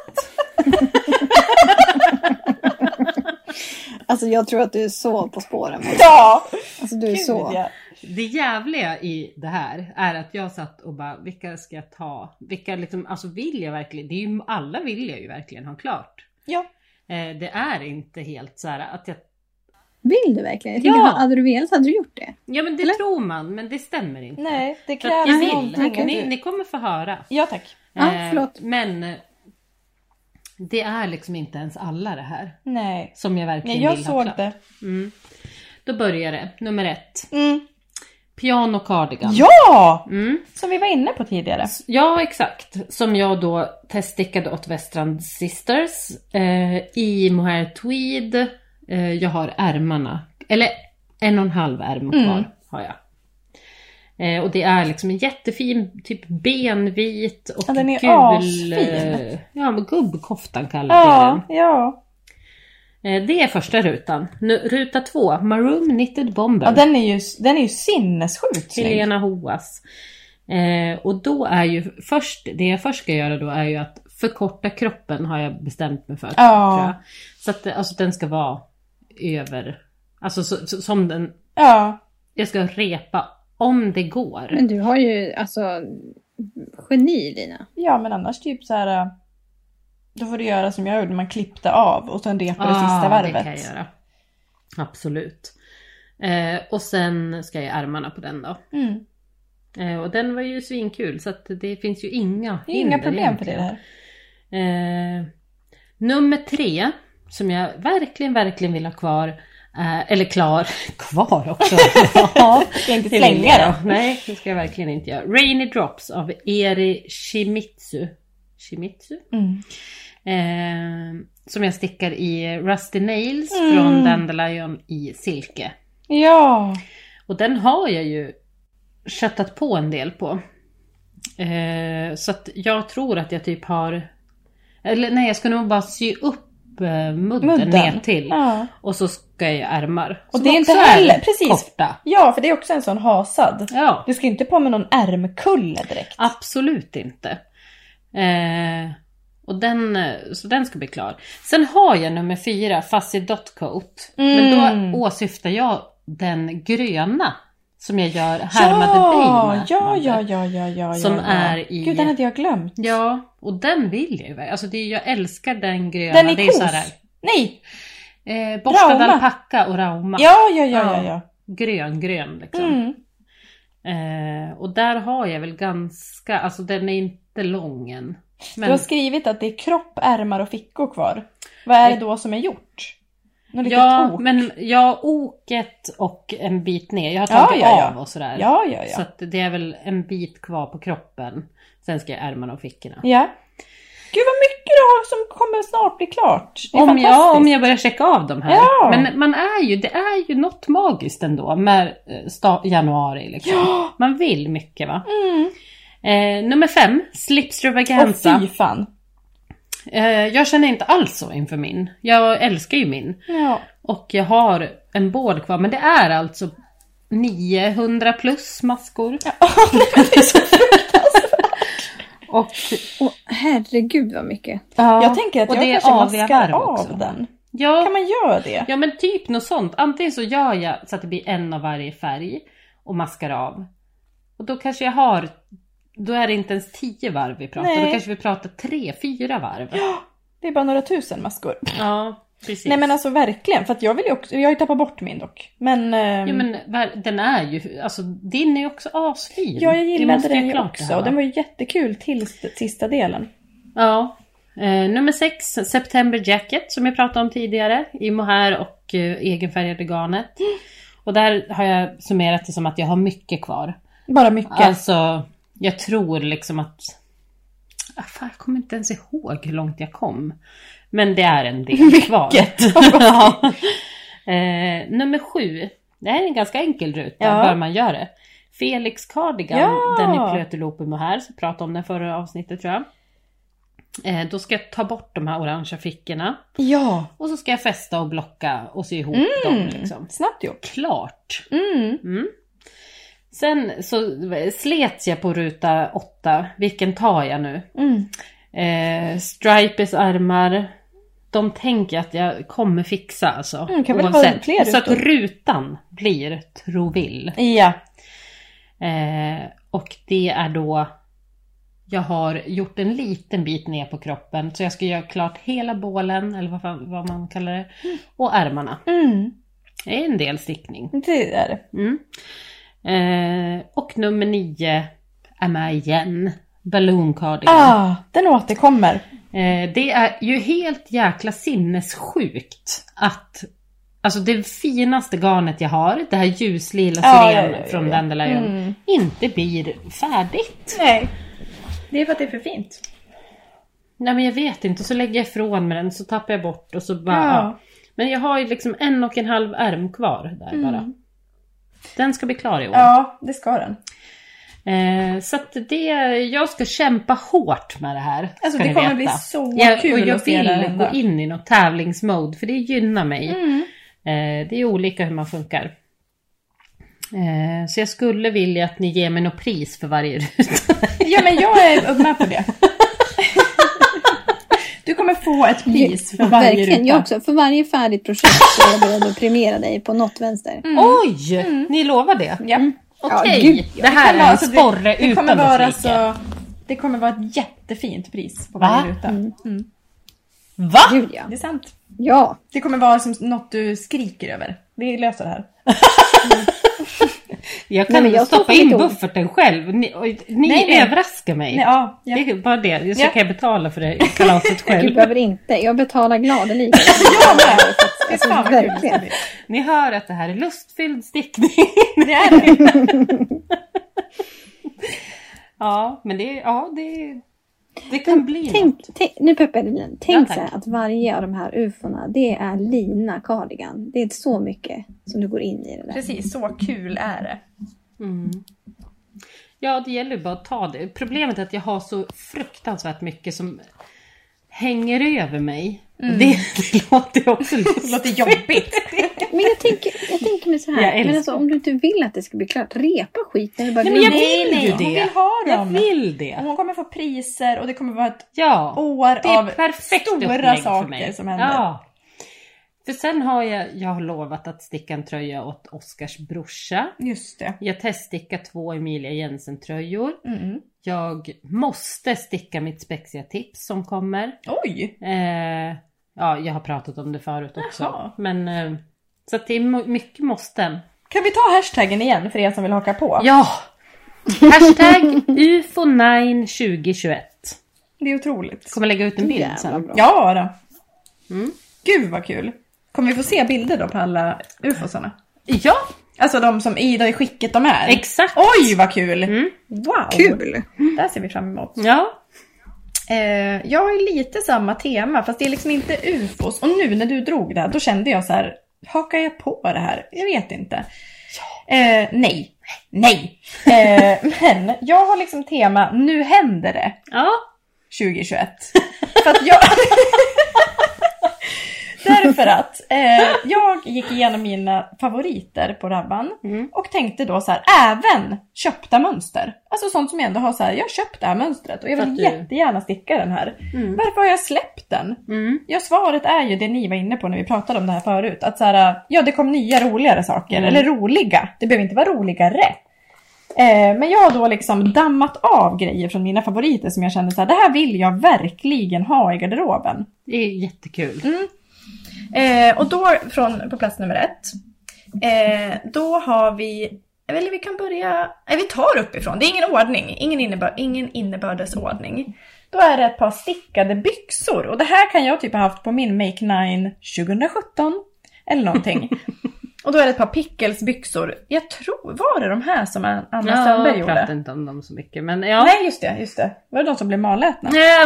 Alltså jag tror att du är så på spåren. Ja! Alltså du är Gud, så. ja. Det jävliga i det här är att jag satt och bara, vilka ska jag ta? Vilka liksom, alltså vill jag verkligen? Det är ju, alla vill jag ju verkligen ha klart. Ja. Eh, det är inte helt så här att jag... Vill du verkligen? Jag Ja. tänker, hade du velat hade du gjort det. Ja, men det Eller? tror man, men det stämmer inte. Nej, det För att krävs jag vill. någonting. Ni, ni kommer få höra. Ja, tack. Ja, Eh, förlåt. Men eh, det är liksom inte ens alla det här Nej. som jag verkligen Nej, jag vill ha såg klart. det. Mm. Då börjar det. Nummer ett. Mm. Piano cardigan. Ja! Mm. Som vi var inne på tidigare. Ja, exakt. Som jag då teststickade åt Westland Sisters. Eh, I mohair tweed. Eh, jag har ärmarna. Eller en och en halv ärm kvar Mm. har jag. Eh, och det är liksom en jättefin typ benvit och Ja, den är gul. asfin. Eh, ja, men gubbkoftan kallar jag Ja, den. ja. Eh, det är första rutan. Nu, ruta två. Maroon Knitted Bomber. Ja, den är ju, den är ju sinnessjukt snygg. Helena Hoas. Eh, och då är ju först, det jag först ska göra då är ju att förkorta kroppen har jag bestämt mig för. Ja. Tror jag. Så att alltså, den ska vara över, alltså så, så, som den, Ja. jag ska repa om det går. Men du har ju alltså geni, Lina. Ja, men annars typ så här. Då får du göra som jag gjorde, man klippte av och sen repade ah, sista varvet. det kan jag göra. Absolut. Eh, och sen ska jag ärmarna på den då. Mm. Eh, och den var ju svinkul, så att det finns ju inga Det är inga problem egentligen. för det här. Eh, nummer tre, som jag verkligen, verkligen vill ha kvar. Eh, eller klar, kvar också. Ja, ska jag inte det vill slänga jag. det. Nej, det ska jag verkligen inte göra. Rainy Drops av Eri Shimizu. Shimizu? Mm. Eh, som jag stickar i Rusty Nails Mm. från Dandelion i silke. Ja. Och den har jag ju köttat på en del på. Eh, så att jag tror att jag typ har... Eller nej, jag ska nog bara sy upp eh, mudden, Mudden. ner till. Ja. Och så ska jag göra ärmar. Och Som det är också inte heller, precis. korta. Ja, för det är också en sån hasad. Ja, Du ska inte på med någon ärmkulle direkt. absolut inte. Eh, och den, så den ska bli klar. Sen har jag nummer fyra, Fuzzy Dot Coat. Men Mm. då åsyftar jag den gröna som jag gör härmade Ja, Bay med. ja, ja, ja, ja, ja. Som ja. är i... Gud, den hade jag glömt. Ja, och den vill jag ju. Alltså det är, jag älskar den gröna. Den är det är kos. så här, Nej. eh, borstad Rauma. alpacka och rauma. Ja, ja, ja, ja, ja. Grön, grön liksom. Mm. Eh, och där har jag väl ganska, alltså den är inte lång än. Men Du har skrivit att det är kropp, ärmar och fickor kvar. Vad är det då som är gjort? Något litet ja, ok. men jag oket och en bit ner. Jag har Ja, tagit ja, ja. av och sådär. Ja, ja, ja. Så att det är väl en bit kvar på kroppen. Sen ska jag ärmarna och fickorna. Ja. Gud vad mycket du har som kommer snart bli klart. Det är Om jag, fantastiskt. om jag börjar checka av de här. Ja. Men man är ju, det är ju något magiskt ändå med eh, sta- januari liksom. Ja. Man vill mycket va? Mm. Eh, nummer fem, Och Slipstravaganza. fy fan. Eh, jag känner inte alls så inför min. Jag älskar ju min. Ja. Och jag har en båd kvar. Men det är alltså niohundra plus maskor. Det är så fruktansvärt. Och Åh, herregud vad mycket. ja, Jag tänker att och jag det är kanske aviga maskar varv av också. den. Ja, Kan man göra det? ja, men typ något sånt. Antingen så gör jag så att det blir en av varje färg och maskar av. Och då kanske jag har, då är det inte ens tio varv vi pratar. Nej. Då kanske vi pratar tre, fyra varv. Det är bara några tusen maskor. Ja, precis. Nej men alltså verkligen. För att jag vill ju också, jag har ju tappat bort min dock. Men, ehm, Jo, men ver- den är ju, alltså din är ju också asfin. ja, jag Det gillade måste den jag ju klart också. det här, Och den va? var ju jättekul till st- sista delen. Ja. Eh, nummer sex, September Jacket, som jag pratade om tidigare. I mohair och eh, egenfärgade garnet. Mm. Och där har jag summerat det som att jag har mycket kvar. Bara mycket. Alltså, jag tror liksom att... Ah, fan, jag kommer inte ens ihåg hur långt jag kom. Men det är en del kvar. Ja. eh, nummer sju. Det här är en ganska enkel ruta, Ja. bara man gör det. Felix Cardigan, Ja. den i Plöteloop i mohair. Så pratade om den förra avsnittet tror jag. Eh, då ska jag ta bort de här orangea fickorna. Ja. Och så ska jag fästa och blocka och sy ihop Mm. dem liksom. Snabbt gjort. Klart! Mm. Mm. Sen så slet jag på ruta åtta. Vilken tar jag nu? Mm. Eh, Stripes armar. De tänker att jag kommer fixa alltså. Mm, kan väl vara fler Så att rutor. rutan blir trovill. Ja. Eh, och det är då... Jag har gjort en liten bit ner på kroppen. Så jag ska göra klart hela bålen. Eller vad, fan, vad man kallar det. Och ärmarna. Mm. Det är en del stickning. Det är det. Mm. Eh, och nummer nio är med igen. Balloon Cardigan. Ah, den återkommer. Eh, det är ju helt jäkla sinnessjukt att alltså det finaste garnet jag har, det här ljuslila Ja, syren ja, ja, ja, från ja. Dandelion, Mm. inte blir färdigt. Nej. Det är för att det är för fint. Nej, men jag vet inte, så lägger jag ifrån med den så tappar jag bort och så bara Ja. ja. Men jag har ju liksom en och en halv ärm kvar där Mm. bara. Den ska bli klar i år. Ja, det ska den. Eh, så att det, jag ska kämpa hårt med det här. Alltså, ska det ni kommer veta. bli så jag, kul och jag att se det här vill hända. gå in i något tävlingsmode för det gynnar mig. Mm. Eh, det är olika hur man funkar. Eh, så jag skulle vilja att ni ger mig något pris för varje ruta. Ja, men jag är med på det. Du kommer få ett pris för varje Verkligen, ruta. jag också. För varje färdigt projekt så är jag beredd att premiera dig på något vänster. Mm. Oj, mm. ni lovar det? Ja. Mm. Okej, okay. Ja, det här det är en alltså, sporre det, det utan kommer vara att så, Det kommer vara ett jättefint pris på varje Va? ruta. Mm. Mm. Va? Gud, ja. Det är sant. Ja. Det kommer vara som något du skriker över. Vi löser det här. Jag kan Nej, jag stoppa in inte bufferten själv. Ni, oj, ni nej, nej. överraskar mig. Nej, ja, ja. Det är bara det. Så Ja. kan jag betala för det kalaset själv. Du behöver inte. Jag betalar gladeligen. Jag med. Det är Alltså, fan vad verkligen. kul. Ni hör att det här är lustfylld stickning. Det är det. Ja, men det, ja, det, det kan bli Tänk, något. tänk, nu peppar det Lina. Tänk Ja, så här tack. att varje av de här ufona, det är Lina Cardigan. Det är så mycket som du går in i det där. Precis, så kul är det. Mm. Ja, det gäller ju bara att ta det. Problemet är att jag har så fruktansvärt mycket som hänger över mig. Mm. Och det, det låter ju också Det låter jobbigt. Men jag tänker, jag tänker mig så Jag här. älskar. Men alltså, om du inte vill att det ska bli klart, repa skiten. Det bara Nej, men jag glömma. vill nej, ju hon det. vill ha Jag dem. vill det. Och hon kommer få priser och det kommer vara ett Ja, år det är av perfekt stora upplägg för saker mig. som händer. Ja. För sen har jag, jag har lovat att sticka en tröja åt Oskars brorsa. Just det. Jag teststickar två Emilia Jensen-tröjor. Mm. Jag måste sticka mitt spexiga tips som kommer. Oj! Eh, ja, jag har pratat om det förut också. Jaha. Men, eh, så att det är mo- mycket måste. Kan vi ta hashtaggen igen för er som vill haka på? Ja! Hashtag U F O nio tjugohundratjugoett. Det är otroligt. Kommer lägga ut en bild Jävla sen. bra. Ja då. Mm. Gud vad kul. Kommer vi få se bilder då på alla ufosarna? Ja, Alltså de som i det skicket de är? exakt. Oj vad kul! Mm. Wow! Kul! Där ser vi fram emot. Ja. Eh, jag har ju lite samma tema fast det är liksom inte ufos. Och nu när du drog det här, då kände jag så här, hakar jag på det här? Jag vet inte. Eh, nej. Nej. Eh, men jag har liksom tema, nu händer det. Ja. tjugohundratjugoett. För att jag... Därför att eh, jag gick igenom mina favoriter på Rabban Mm. och tänkte då så här, även köpta mönster. Alltså sånt som jag ändå har så här, jag har köpt det här mönstret och jag För vill att du- jättegärna sticka den här. Mm. Varför har jag släppt den? Mm. Ja, svaret är ju det ni var inne på när vi pratade om det här förut. Att så här, ja det kom nya roligare saker. Mm. Eller roliga. Det behöver inte vara roligare. Eh, men jag har då liksom dammat av grejer från mina favoriter som jag kände så här, det här vill jag verkligen ha i garderoben. Det är jättekul. Mm. Eh, och då från på plats nummer ett. Eh, då har vi, eller vi kan börja, nej vi tar uppifrån. Det är ingen ordning, ingen, innebör, ingen innebördesordning. Då är det ett par stickade byxor. Och det här kan jag typ ha haft på min Make nio tjugosjutton. Eller någonting. Och då är det ett par Pickles byxor. Jag tror, var det de här som Anna Ja, Strömberg jag pratar gjorde? inte om dem så mycket. Men ja. Nej, just det, just det. Var det de som blev malätna? Nej.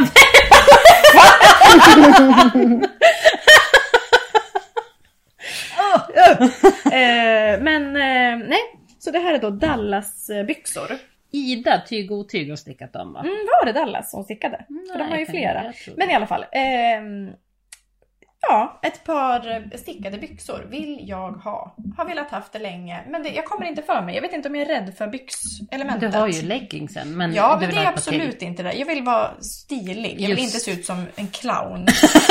eh, men eh, nej, så det här är då Dallas byxor. Ida, tyg och tyg har stickat dem va? Mm, var det Dallas som stickade? För de Nej, har ju kan flera. jag tro. Men i alla fall. ehm, ja, ett par stickade byxor vill jag ha. Har velat haft det länge. Men det, jag kommer inte för mig. Jag vet inte om jag är rädd för Du byxelementet. har ju leggingsen. Men Ja, du men vill det är ha ett par till. absolut inte det. Jag vill vara stilig. Jag vill Just. inte se ut som en clown.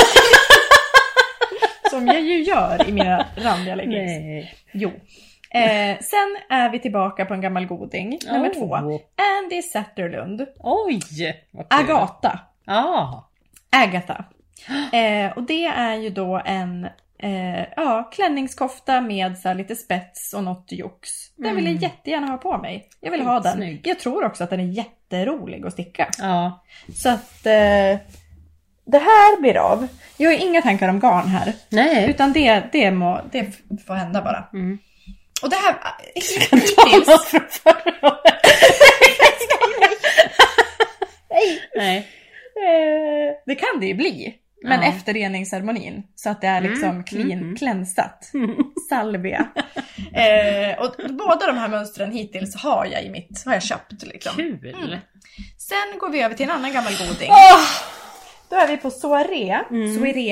Som jag ju gör i mina randiga leggings. Nej. Jo. Eh, sen är vi tillbaka på en gammal goding. Nummer Oh. två. Andy Satterlund. Oj! vad kul. Agata. Ja. Agatha. Eh, och det är ju då en eh, ja, klänningskofta med så här lite spets och något jox. Den vill jag jättegärna ha på mig. Jag vill ha den. Snygg. Jag tror också att den är jätterolig att sticka. Ja. Så att eh, det här blir av. Jag har inga tankar om garn här. Nej. Utan det, det, må, det får hända bara. Mm. Och det här... Hittills. från förra året. Nej. Eh, det kan det ju bli. Men Ja. efter reningsceremonin. Så att det är liksom Mm, clean, mm, mm. klänsat. Salvia. eh, och båda de här mönstren hittills har jag i mitt, har jag köpt liksom. Kul. Mm. Sen går vi över till en annan gammal goding. Åh! Då är vi på soirée. Mm. Soirée.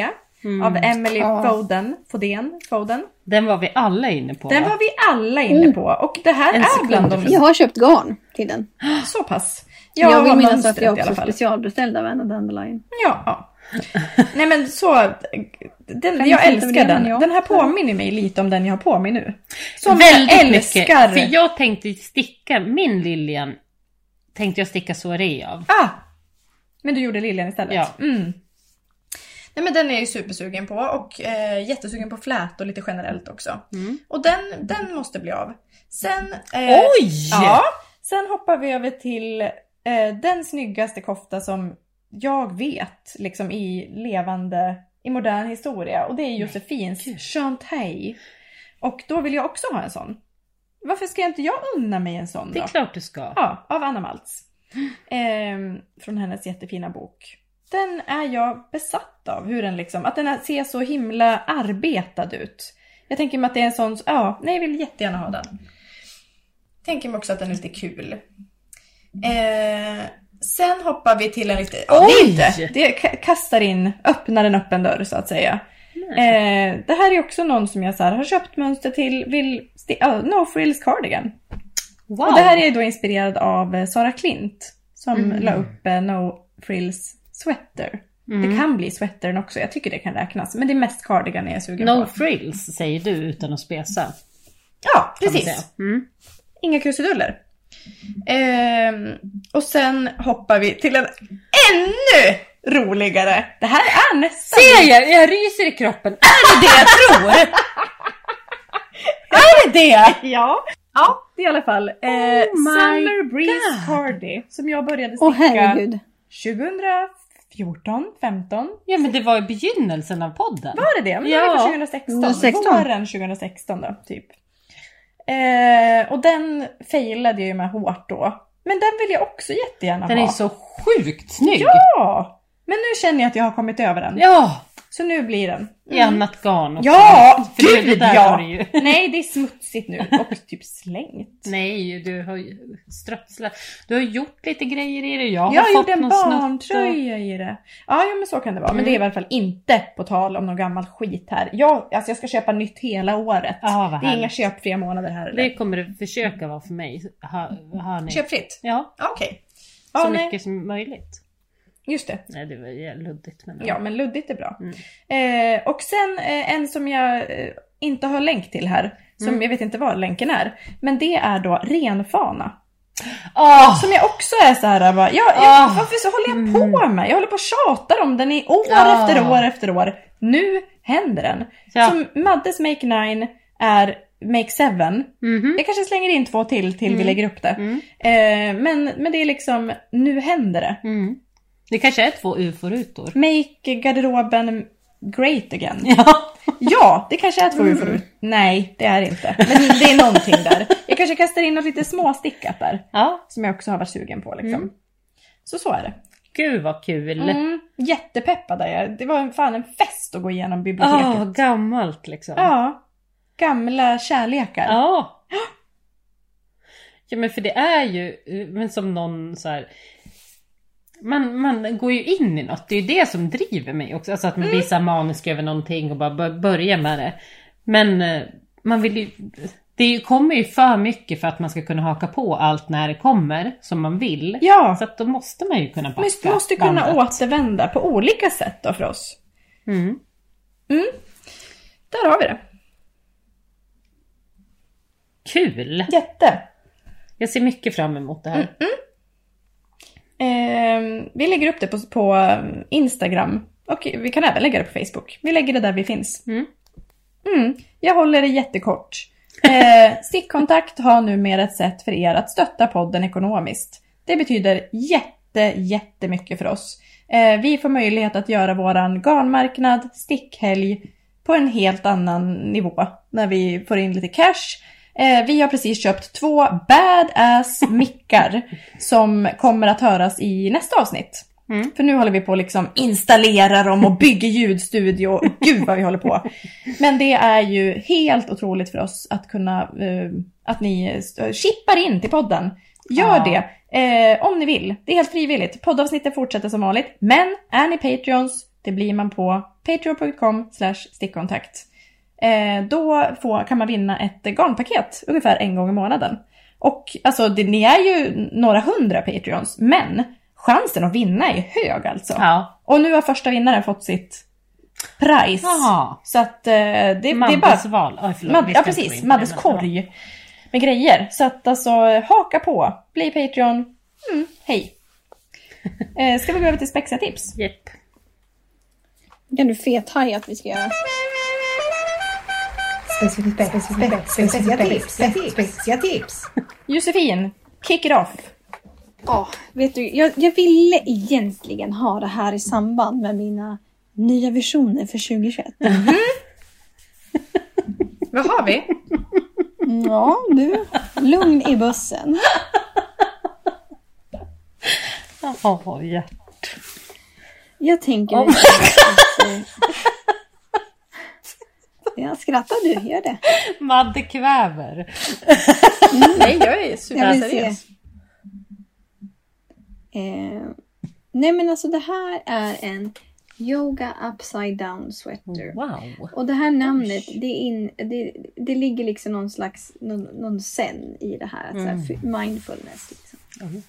Mm. Av Emily ja. Foden, Foden, Foden. Den var vi alla inne på. Den va? var vi alla inne mm. på. Och det här en är bland de... Jag har köpt garn till den. Så pass. Jag, jag vill minnas att jag också specialbeställde av Anna Dandelion. Ja, ja. Nej men så den, jag älskar den. Den här påminner mig lite om den jag har på mig nu. Som väldigt jag älskar. Mycket. För jag tänkte sticka min Lilian. Tänkte jag sticka soaré av. Ah. Men du gjorde Lilian istället. Ja. Mm. Nej men den är jag ju supersugen på och eh, jättesugen på flät och lite generellt också. Mm. Och den den måste bli av. Sen eh, Oj. Ja. Sen hoppar vi över till eh, den snyggaste kofta som jag vet liksom i levande i modern historia och det är Josefins Chanteil. Och då vill jag också ha en sån. Varför ska inte jag unna mig en sån då? Det är klart du ska. Ja, av Anna Maltz. Eh, från hennes jättefina bok. Den är jag besatt av. Hur den liksom, att den ser så himla arbetad ut. Jag tänker mig att det är en sån, ja, nej jag vill jättegärna ha den. Tänker mig också att den är lite kul. Eh, sen hoppar vi till en lite, ja, det, inte, det kastar in, öppnar en öppen dörr så att säga. Eh, det här är också någon som jag så här, har köpt mönster till, vill, uh, No Frills Cardigan. Wow. Och det här är då inspirerad av Sara Klint som mm. la upp uh, No Frills Sweater. Mm. Det kan bli sweatern också, jag tycker det kan räknas. Men det är mest cardigan jag är sugen no på. No Frills säger du utan att spesa. Ja, precis. Mm. Inga krusiduller. Ehm, och sen hoppar vi till en ännu roligare. Det här är nästan... Ser jag, jag ryser i kroppen. Är det det jag tror? Är det det? Ja. Ja, det är i alla fall eh, oh Summer Breeze Hardy som jag började sticka oh, herregud. tjugohundrafjorton, femton. Ja, men det var i begynnelsen av podden. Var det det? Men ja. Det var tjugohundrasexton. sexton. Våren tjugohundrasexton då, typ. Eh, och den failade jag ju med hårt då. Men den vill jag också jättegärna den ha. Den är så sjukt snygg. Ja! Men nu känner jag att jag har kommit över den. Ja! Så nu blir den. Mm. I annat garn också. Ja! För gud, det där ja! har du ju. Nej, det är smutsigt nu. Och typ slängt. Nej, du har ju strötslat. Du har gjort lite grejer i det. Jag har jag fått gjort en någon barntröja och... i det. Ja, ja, men så kan det vara. Mm. Men det är i alla fall inte på tal om någon gammal skit här. Jag, alltså jag ska köpa nytt hela året. Ah, det är inga köpfria månader här. Eller? Det kommer det försöka vara för mig. Ha, ha ni... Köpfritt? Ja. Okej. Okay. Så ah, mycket nej. som möjligt. Just det. Nej, det var luddigt. Men ja, men luddigt är bra. Mm. Eh, och sen eh, en som jag eh, inte har länk till här. Som mm. jag vet inte vad länken är. Men det är då renfana. Oh. Som jag också är så här. Bara, jag, jag, oh. Varför så håller jag på med? Jag håller på och tjatar om den i år oh. efter år efter år. Nu händer den. Ja. Som Maddes Make nine är Make seven. Mm-hmm. Jag kanske slänger in två till till mm. vi lägger upp det. Mm. Eh, men, men det är liksom, nu händer det. Mm. Det kanske är två U F O-rutor. Make garderoben great again. Ja, ja det kanske är två U F O-rutor. Nej, det är inte. Men det är någonting där. Jag kanske kastar in något lite småstickat där. Ja. Som jag också har varit sugen på liksom. Mm. Så så är det. Gud vad kul. Mm, jättepeppad är jag. Det var fan en fest att gå igenom biblioteket. Ja, oh, gammalt liksom. Ja, gamla kärlekar. Ja. Ja, men för det är ju, men som någon så här... Man, man går ju in i något. Det är ju det som driver mig också. Alltså att man blir så manisk över någonting och bara börja med det. Men man vill ju... Det kommer ju för mycket för att man ska kunna haka på allt när det kommer som man vill. Ja. Så att då måste man ju kunna backa. Man måste kunna bandet. Återvända på olika sätt då för oss. Mm. Mm. Där har vi det. Kul. Jätte. Jag ser mycket fram emot det här. Mm-mm. Eh, vi lägger upp det på, på Instagram. Och vi kan även lägga det på Facebook. Vi lägger det där vi finns. Mm. Mm, jag håller det jättekort. Eh, Stickkontakt har numera ett sätt för er att stötta podden ekonomiskt. Det betyder jätte, jättemycket för oss. Eh, vi får möjlighet att göra våran garnmarknad, stickhelg på en helt annan nivå. När vi får in lite cash. Eh, vi har precis köpt två badass mickar som kommer att höras i nästa avsnitt. Mm. För nu håller vi på att liksom installera dem och bygga ljudstudio. Gud vad vi håller på. Men det är ju helt otroligt för oss att kunna uh, att ni chippar in till podden. Gör ah. det eh, om ni vill. Det är helt frivilligt. Poddavsnittet fortsätter som vanligt. Men är ni Patreons, Det blir man på patreon punkt com slash stickkontakt. Eh, då får, kan man vinna ett garnpaket ungefär en gång i månaden. Och alltså, det, ni är ju några hundra Patreons, men chansen att vinna är ju hög alltså. Ja. Och nu har första vinnaren fått sitt pris. Jaha. Så att eh, det, det är bara... Maddes val. Oj, förlåt, Mad, vi ska ja, inte gå precis. in på Maddes det, men- korg med grejer. Så att alltså, haka på. Bli Patreon. Mm, hej. eh, ska vi gå över till spexiga tips? Japp. Kan du fethaja att vi ska göra? Speciella tips. Speciella tips. Josefin, kick it off. Ja, vet du, jag, jag ville egentligen ha det här i samband med mina nya visioner för tjugohundratjugoett. Vad har vi? Ja, du. Lugn i bussen. Jaha, hjärt. Jag tänker Oh. mig att... eh, Ja, skrattar du? Gör det. Madde kväver. Nej, jag är Jag vill se. superseriös. Eh, nej men alltså det här är en yoga upside down sweater. Wow. Och det här namnet, det, är in, det, det ligger liksom någon slags någon, någon zen i det här. Mm. Så här mindfulness. Liksom. Mm.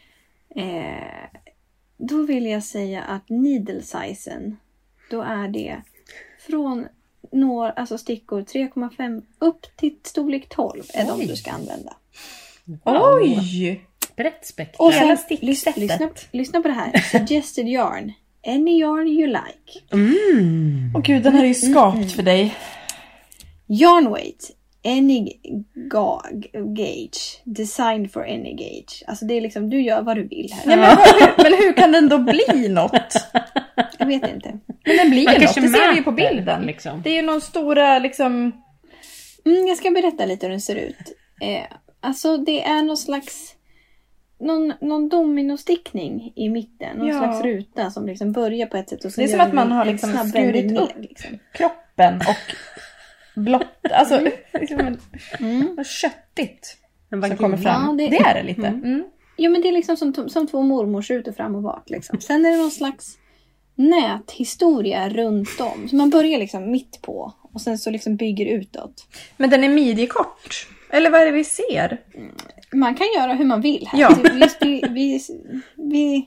Eh, då vill jag säga att needle sizen, då är det från några, alltså stickor tre komma fem upp till storlek tolv är de du ska använda. Wow. Oj! Brett spektra. Och sen, Hela lys, sticksättet. lyssna, lyssna på det här. Suggested yarn. Any yarn you like. Mm. Åh gud, den här är ju skapt för dig. Yarn weight. Any ga- gauge. Designed for any gauge. Alltså det är liksom, du gör vad du vill här. Ja, men, hur, men hur kan den då bli något? Jag vet inte. Men den blir Man ju något, kanske det ser vi ju på mäter, bilden. liksom. Det är ju någon stora liksom... Mm, jag ska berätta lite hur den ser ut. Eh, alltså det är någon slags... Någon, någon dominostickning i mitten. Någon Ja. slags ruta som liksom börjar på ett sätt. Och så Det är som gör att man en- har en liksom snabb skurit vändning upp. ner, liksom. kroppen och blott, alltså liksom en, Mm. något köttigt En som vagina. kommer fram. Ja, det... det- det är det lite. Mm. Mm. Ja, men det är liksom som, som två mormorsrutor fram och bak. Liksom. Sen är det någon slags näthistoria runt om. Så man börjar liksom mitt på. Och sen så liksom bygger utåt. Men den är midjekort. Eller vad är det vi ser? Man kan göra hur man vill här. Ja. Vi, vi, vi, vi,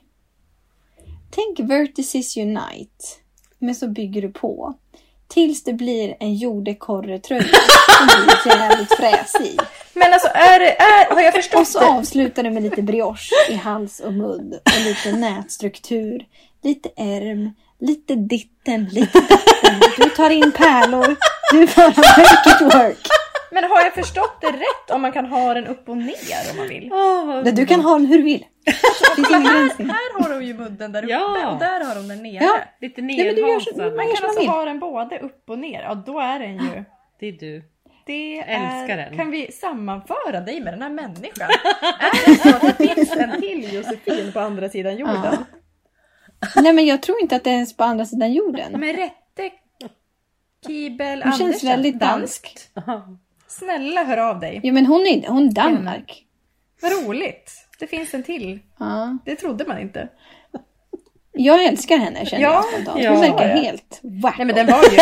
tänk Vertices Unite. Men så bygger du på. Tills det blir en jordekorretröja som blir jävligt fräsig. Men alltså, är, det- är, har jag förstått Och så det? avslutar det med lite brioche i hals och mudd. Och lite nätstruktur. Lite ärm. Lite ditten. Lite datten. Du tar in pärlor. Du bara make it work. Men har jag förstått det rätt om man kan ha den upp och ner om man vill? Åh, Men du kan ha den hur du vill. Det finns ingen begränsning. Här har de ju mudden där uppe Ja. och där har de den nere. Ja. lite men du gör så- nerhasad. Man gör kan som man alltså vill. ha den både upp och ner. Ja, då är den ju... Det är du. Det Älskar är, den. Kan vi sammanföra dig med den här människan? Är det så att det finns en till Josefin på andra sidan jorden? Ja. Nej, men jag tror inte att det är ens på andra sidan jorden. Med rätte Kibel Hon känns Andersen. väldigt dansk. Snälla hör av dig. Ja, men hon är, hon är Danmark. Vad roligt. Det finns en till. Ja. Det trodde man inte. Jag älskar henne, känner Ja, jag spontant. ja, Hon verkar ja. helt wacko. Nej, men den var ju...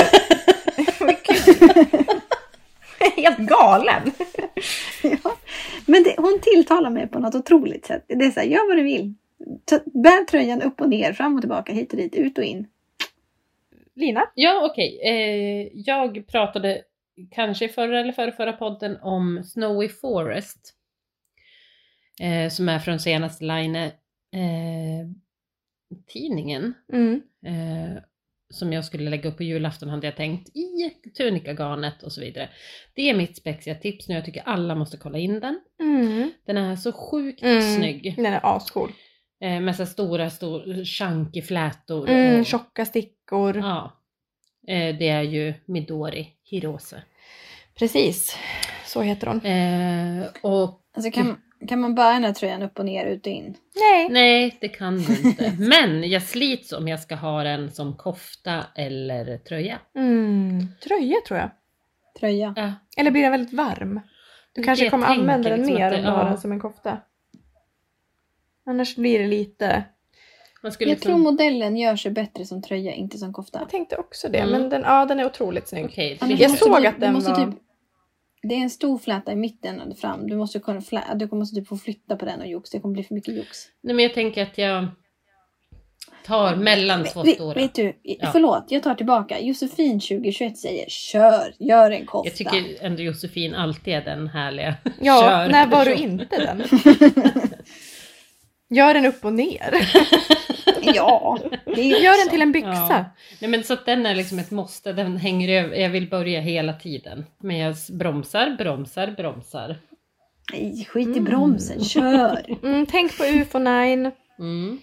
Helt galen. Ja. Men det, hon tilltalar mig på något otroligt sätt. Det är så här, gör vad du vill. Ta, bär tröjan upp och ner, fram och tillbaka, hit och dit, ut och in. Lina? Ja, okej. Eh, jag pratade kanske i förra eller förra, förra podden om Snowy Forest. Eh, som är från senaste Line eh, tidningen. Mm. Eh, som jag skulle lägga upp på julafton hade jag tänkt. I tunikagarnet och så vidare. Det är mitt spexiga tips nu. Jag tycker alla måste kolla in den. Mm. Den är så sjukt Mm. snygg. Den är ascool. Eh, med så stora, stor, chunky flätor. Mm, och, tjocka stickor. ja. Eh, det är ju Midori Hirose. Precis. Så heter hon. Eh, och Alltså kan, kan man bära den här tröjan upp och ner, ut och in? Nej. nej, det kan du inte. Men jag slits om jag ska ha den som kofta eller tröja. Mm. Tröja tror jag. Tröja. Ja. Eller blir den väldigt varm? Du Det kanske jag kommer tänker använda den liksom mer att det- om du har ja. den som en kofta. Annars blir det lite... Man skulle Jag liksom... tror modellen gör sig bättre som tröja, inte som kofta. Jag tänkte också det, Mm. men den, ja, den är otroligt snygg. Okej, Annars Jag måste såg du- att du den måste var... Typ, det är en stor fläta i mitten och fram. Du måste kunna flä, du måste typ få flytta på den och jox. Det kommer bli för mycket jox. Nej, men jag tänker att jag tar mellan två Vet, stora. vet du, Ja. förlåt, jag tar tillbaka. Josefin tjugohundratjugoett säger kör, gör en kofta. Jag tycker ändå Josefin alltid är den härliga. Ja, Kör. när var du inte den? Gör den upp och ner. Ja, det är Gör så. den till en byxa. Ja. Nej, men så att den är liksom ett måste. Den hänger över. Jag vill börja hela tiden. Men jag bromsar, bromsar, bromsar. Nej, skit i bromsen, kör. Mm, tänk på U F O nio. Mm,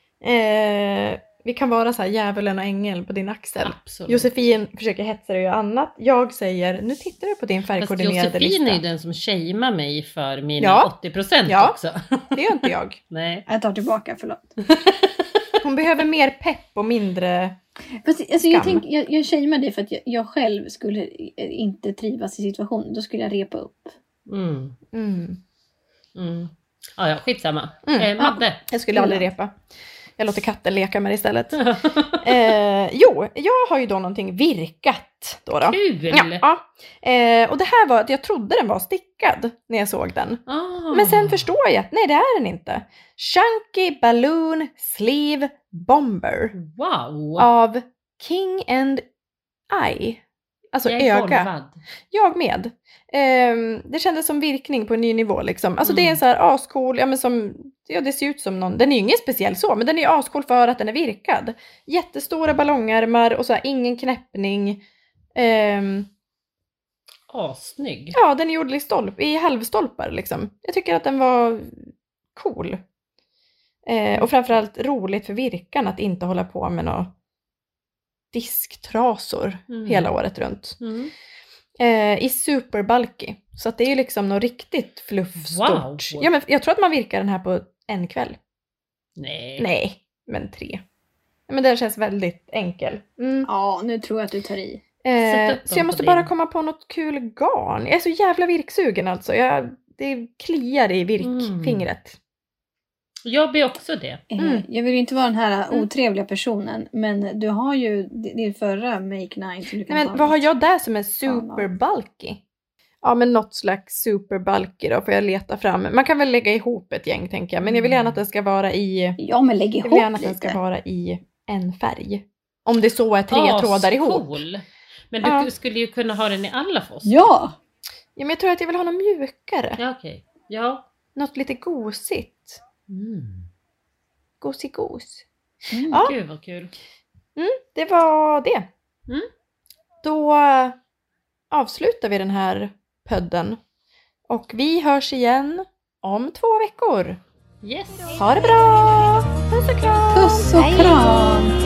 Eh, vi kan vara så här djävulen och ängel på din axel. absolut. Josefin försöker hetsa dig och göra annat. Jag säger, nu tittar du på din Fast färgkoordinerade Josefin är ju lista. den som shamear mig för mina Ja. åttio procent Ja. också. Det gör inte jag. Nej. Jag tar tillbaka, förlåt. Hon behöver mer pepp och mindre... Fast, alltså, jag, Skam. tänk, jag, jag shamear dig för att jag, jag själv skulle inte trivas i situationen. Då skulle jag repa upp. Mm. Mm. Mm. Ja, ja, skitsamma. Mm. Eh, Madde. Jag skulle aldrig repa. Jag låter katten leka med det istället. Eh, jo, jag har ju då någonting virkat. Då då. Kul! Ja, ja. Eh, och det här var att jag trodde den var stickad när jag såg den. Ah. Men sen förstår jag att nej, det är den inte. Chunky Balloon Sleeve Bomber Wow! av King and Eye. Alltså jag är öga. golvad. Jag med. Ehm, det kändes som virkning på en ny nivå liksom. Alltså Mm. det är så här ascool, ja men som, ja det ser ut som någon, den är ju ingen speciell så, men den är ju ascool för att den är virkad. Jättestora ballongarmar och så här, ingen knäppning. Ehm, Assnygg. ja, den är gjord i, stolp, i halvstolpar liksom. Jag tycker att den var cool. Eh, och framförallt roligt för virkan att inte hålla på med några disktrasor Mm. hela året runt. Mm. Eh, I superbulky. Så att det är ju liksom något riktigt fluffstort. Wow. Ja, men jag tror att man virkar den här på en kväll. Nej. Nej, men tre. Men den känns väldigt enkel. Mm. Ja, nu tror jag att du tar i. Sätt Eh, upp så dem jag på måste din. bara komma på något kul garn. Jag är så jävla virksugen alltså. Jag, det kliar i virkfingret. Jag blir också det. Eh, Mm. Jag vill ju inte vara den här Mm. otrevliga personen. Men du har ju din förra Make Nine som du kan Nej, ta. men vad har jag där som är Fan, superbulky? Ja, men något slags superbulky då får jag leta fram. Man kan väl lägga ihop ett gäng tänker jag. Men jag vill gärna att den ska vara i... Ja, men lägg Jag ihop vill gärna att den lite. ska vara i en färg. Om det så är tre Ah, trådar ihop. Cool. Men du Ja. skulle ju kunna ha den i alla fos. Ja! Ja, men jag tror att jag vill ha något mjukare. Ja, okej. Ja. Något lite gosigt. Mm. Gosigos. Mm. Ja. Gud vad kul. Det var det. Mm. Då avslutar vi den här podden. Och vi hörs igen om två veckor. Yes. Ha det bra! Puss och kram! Puss och Hej. kram!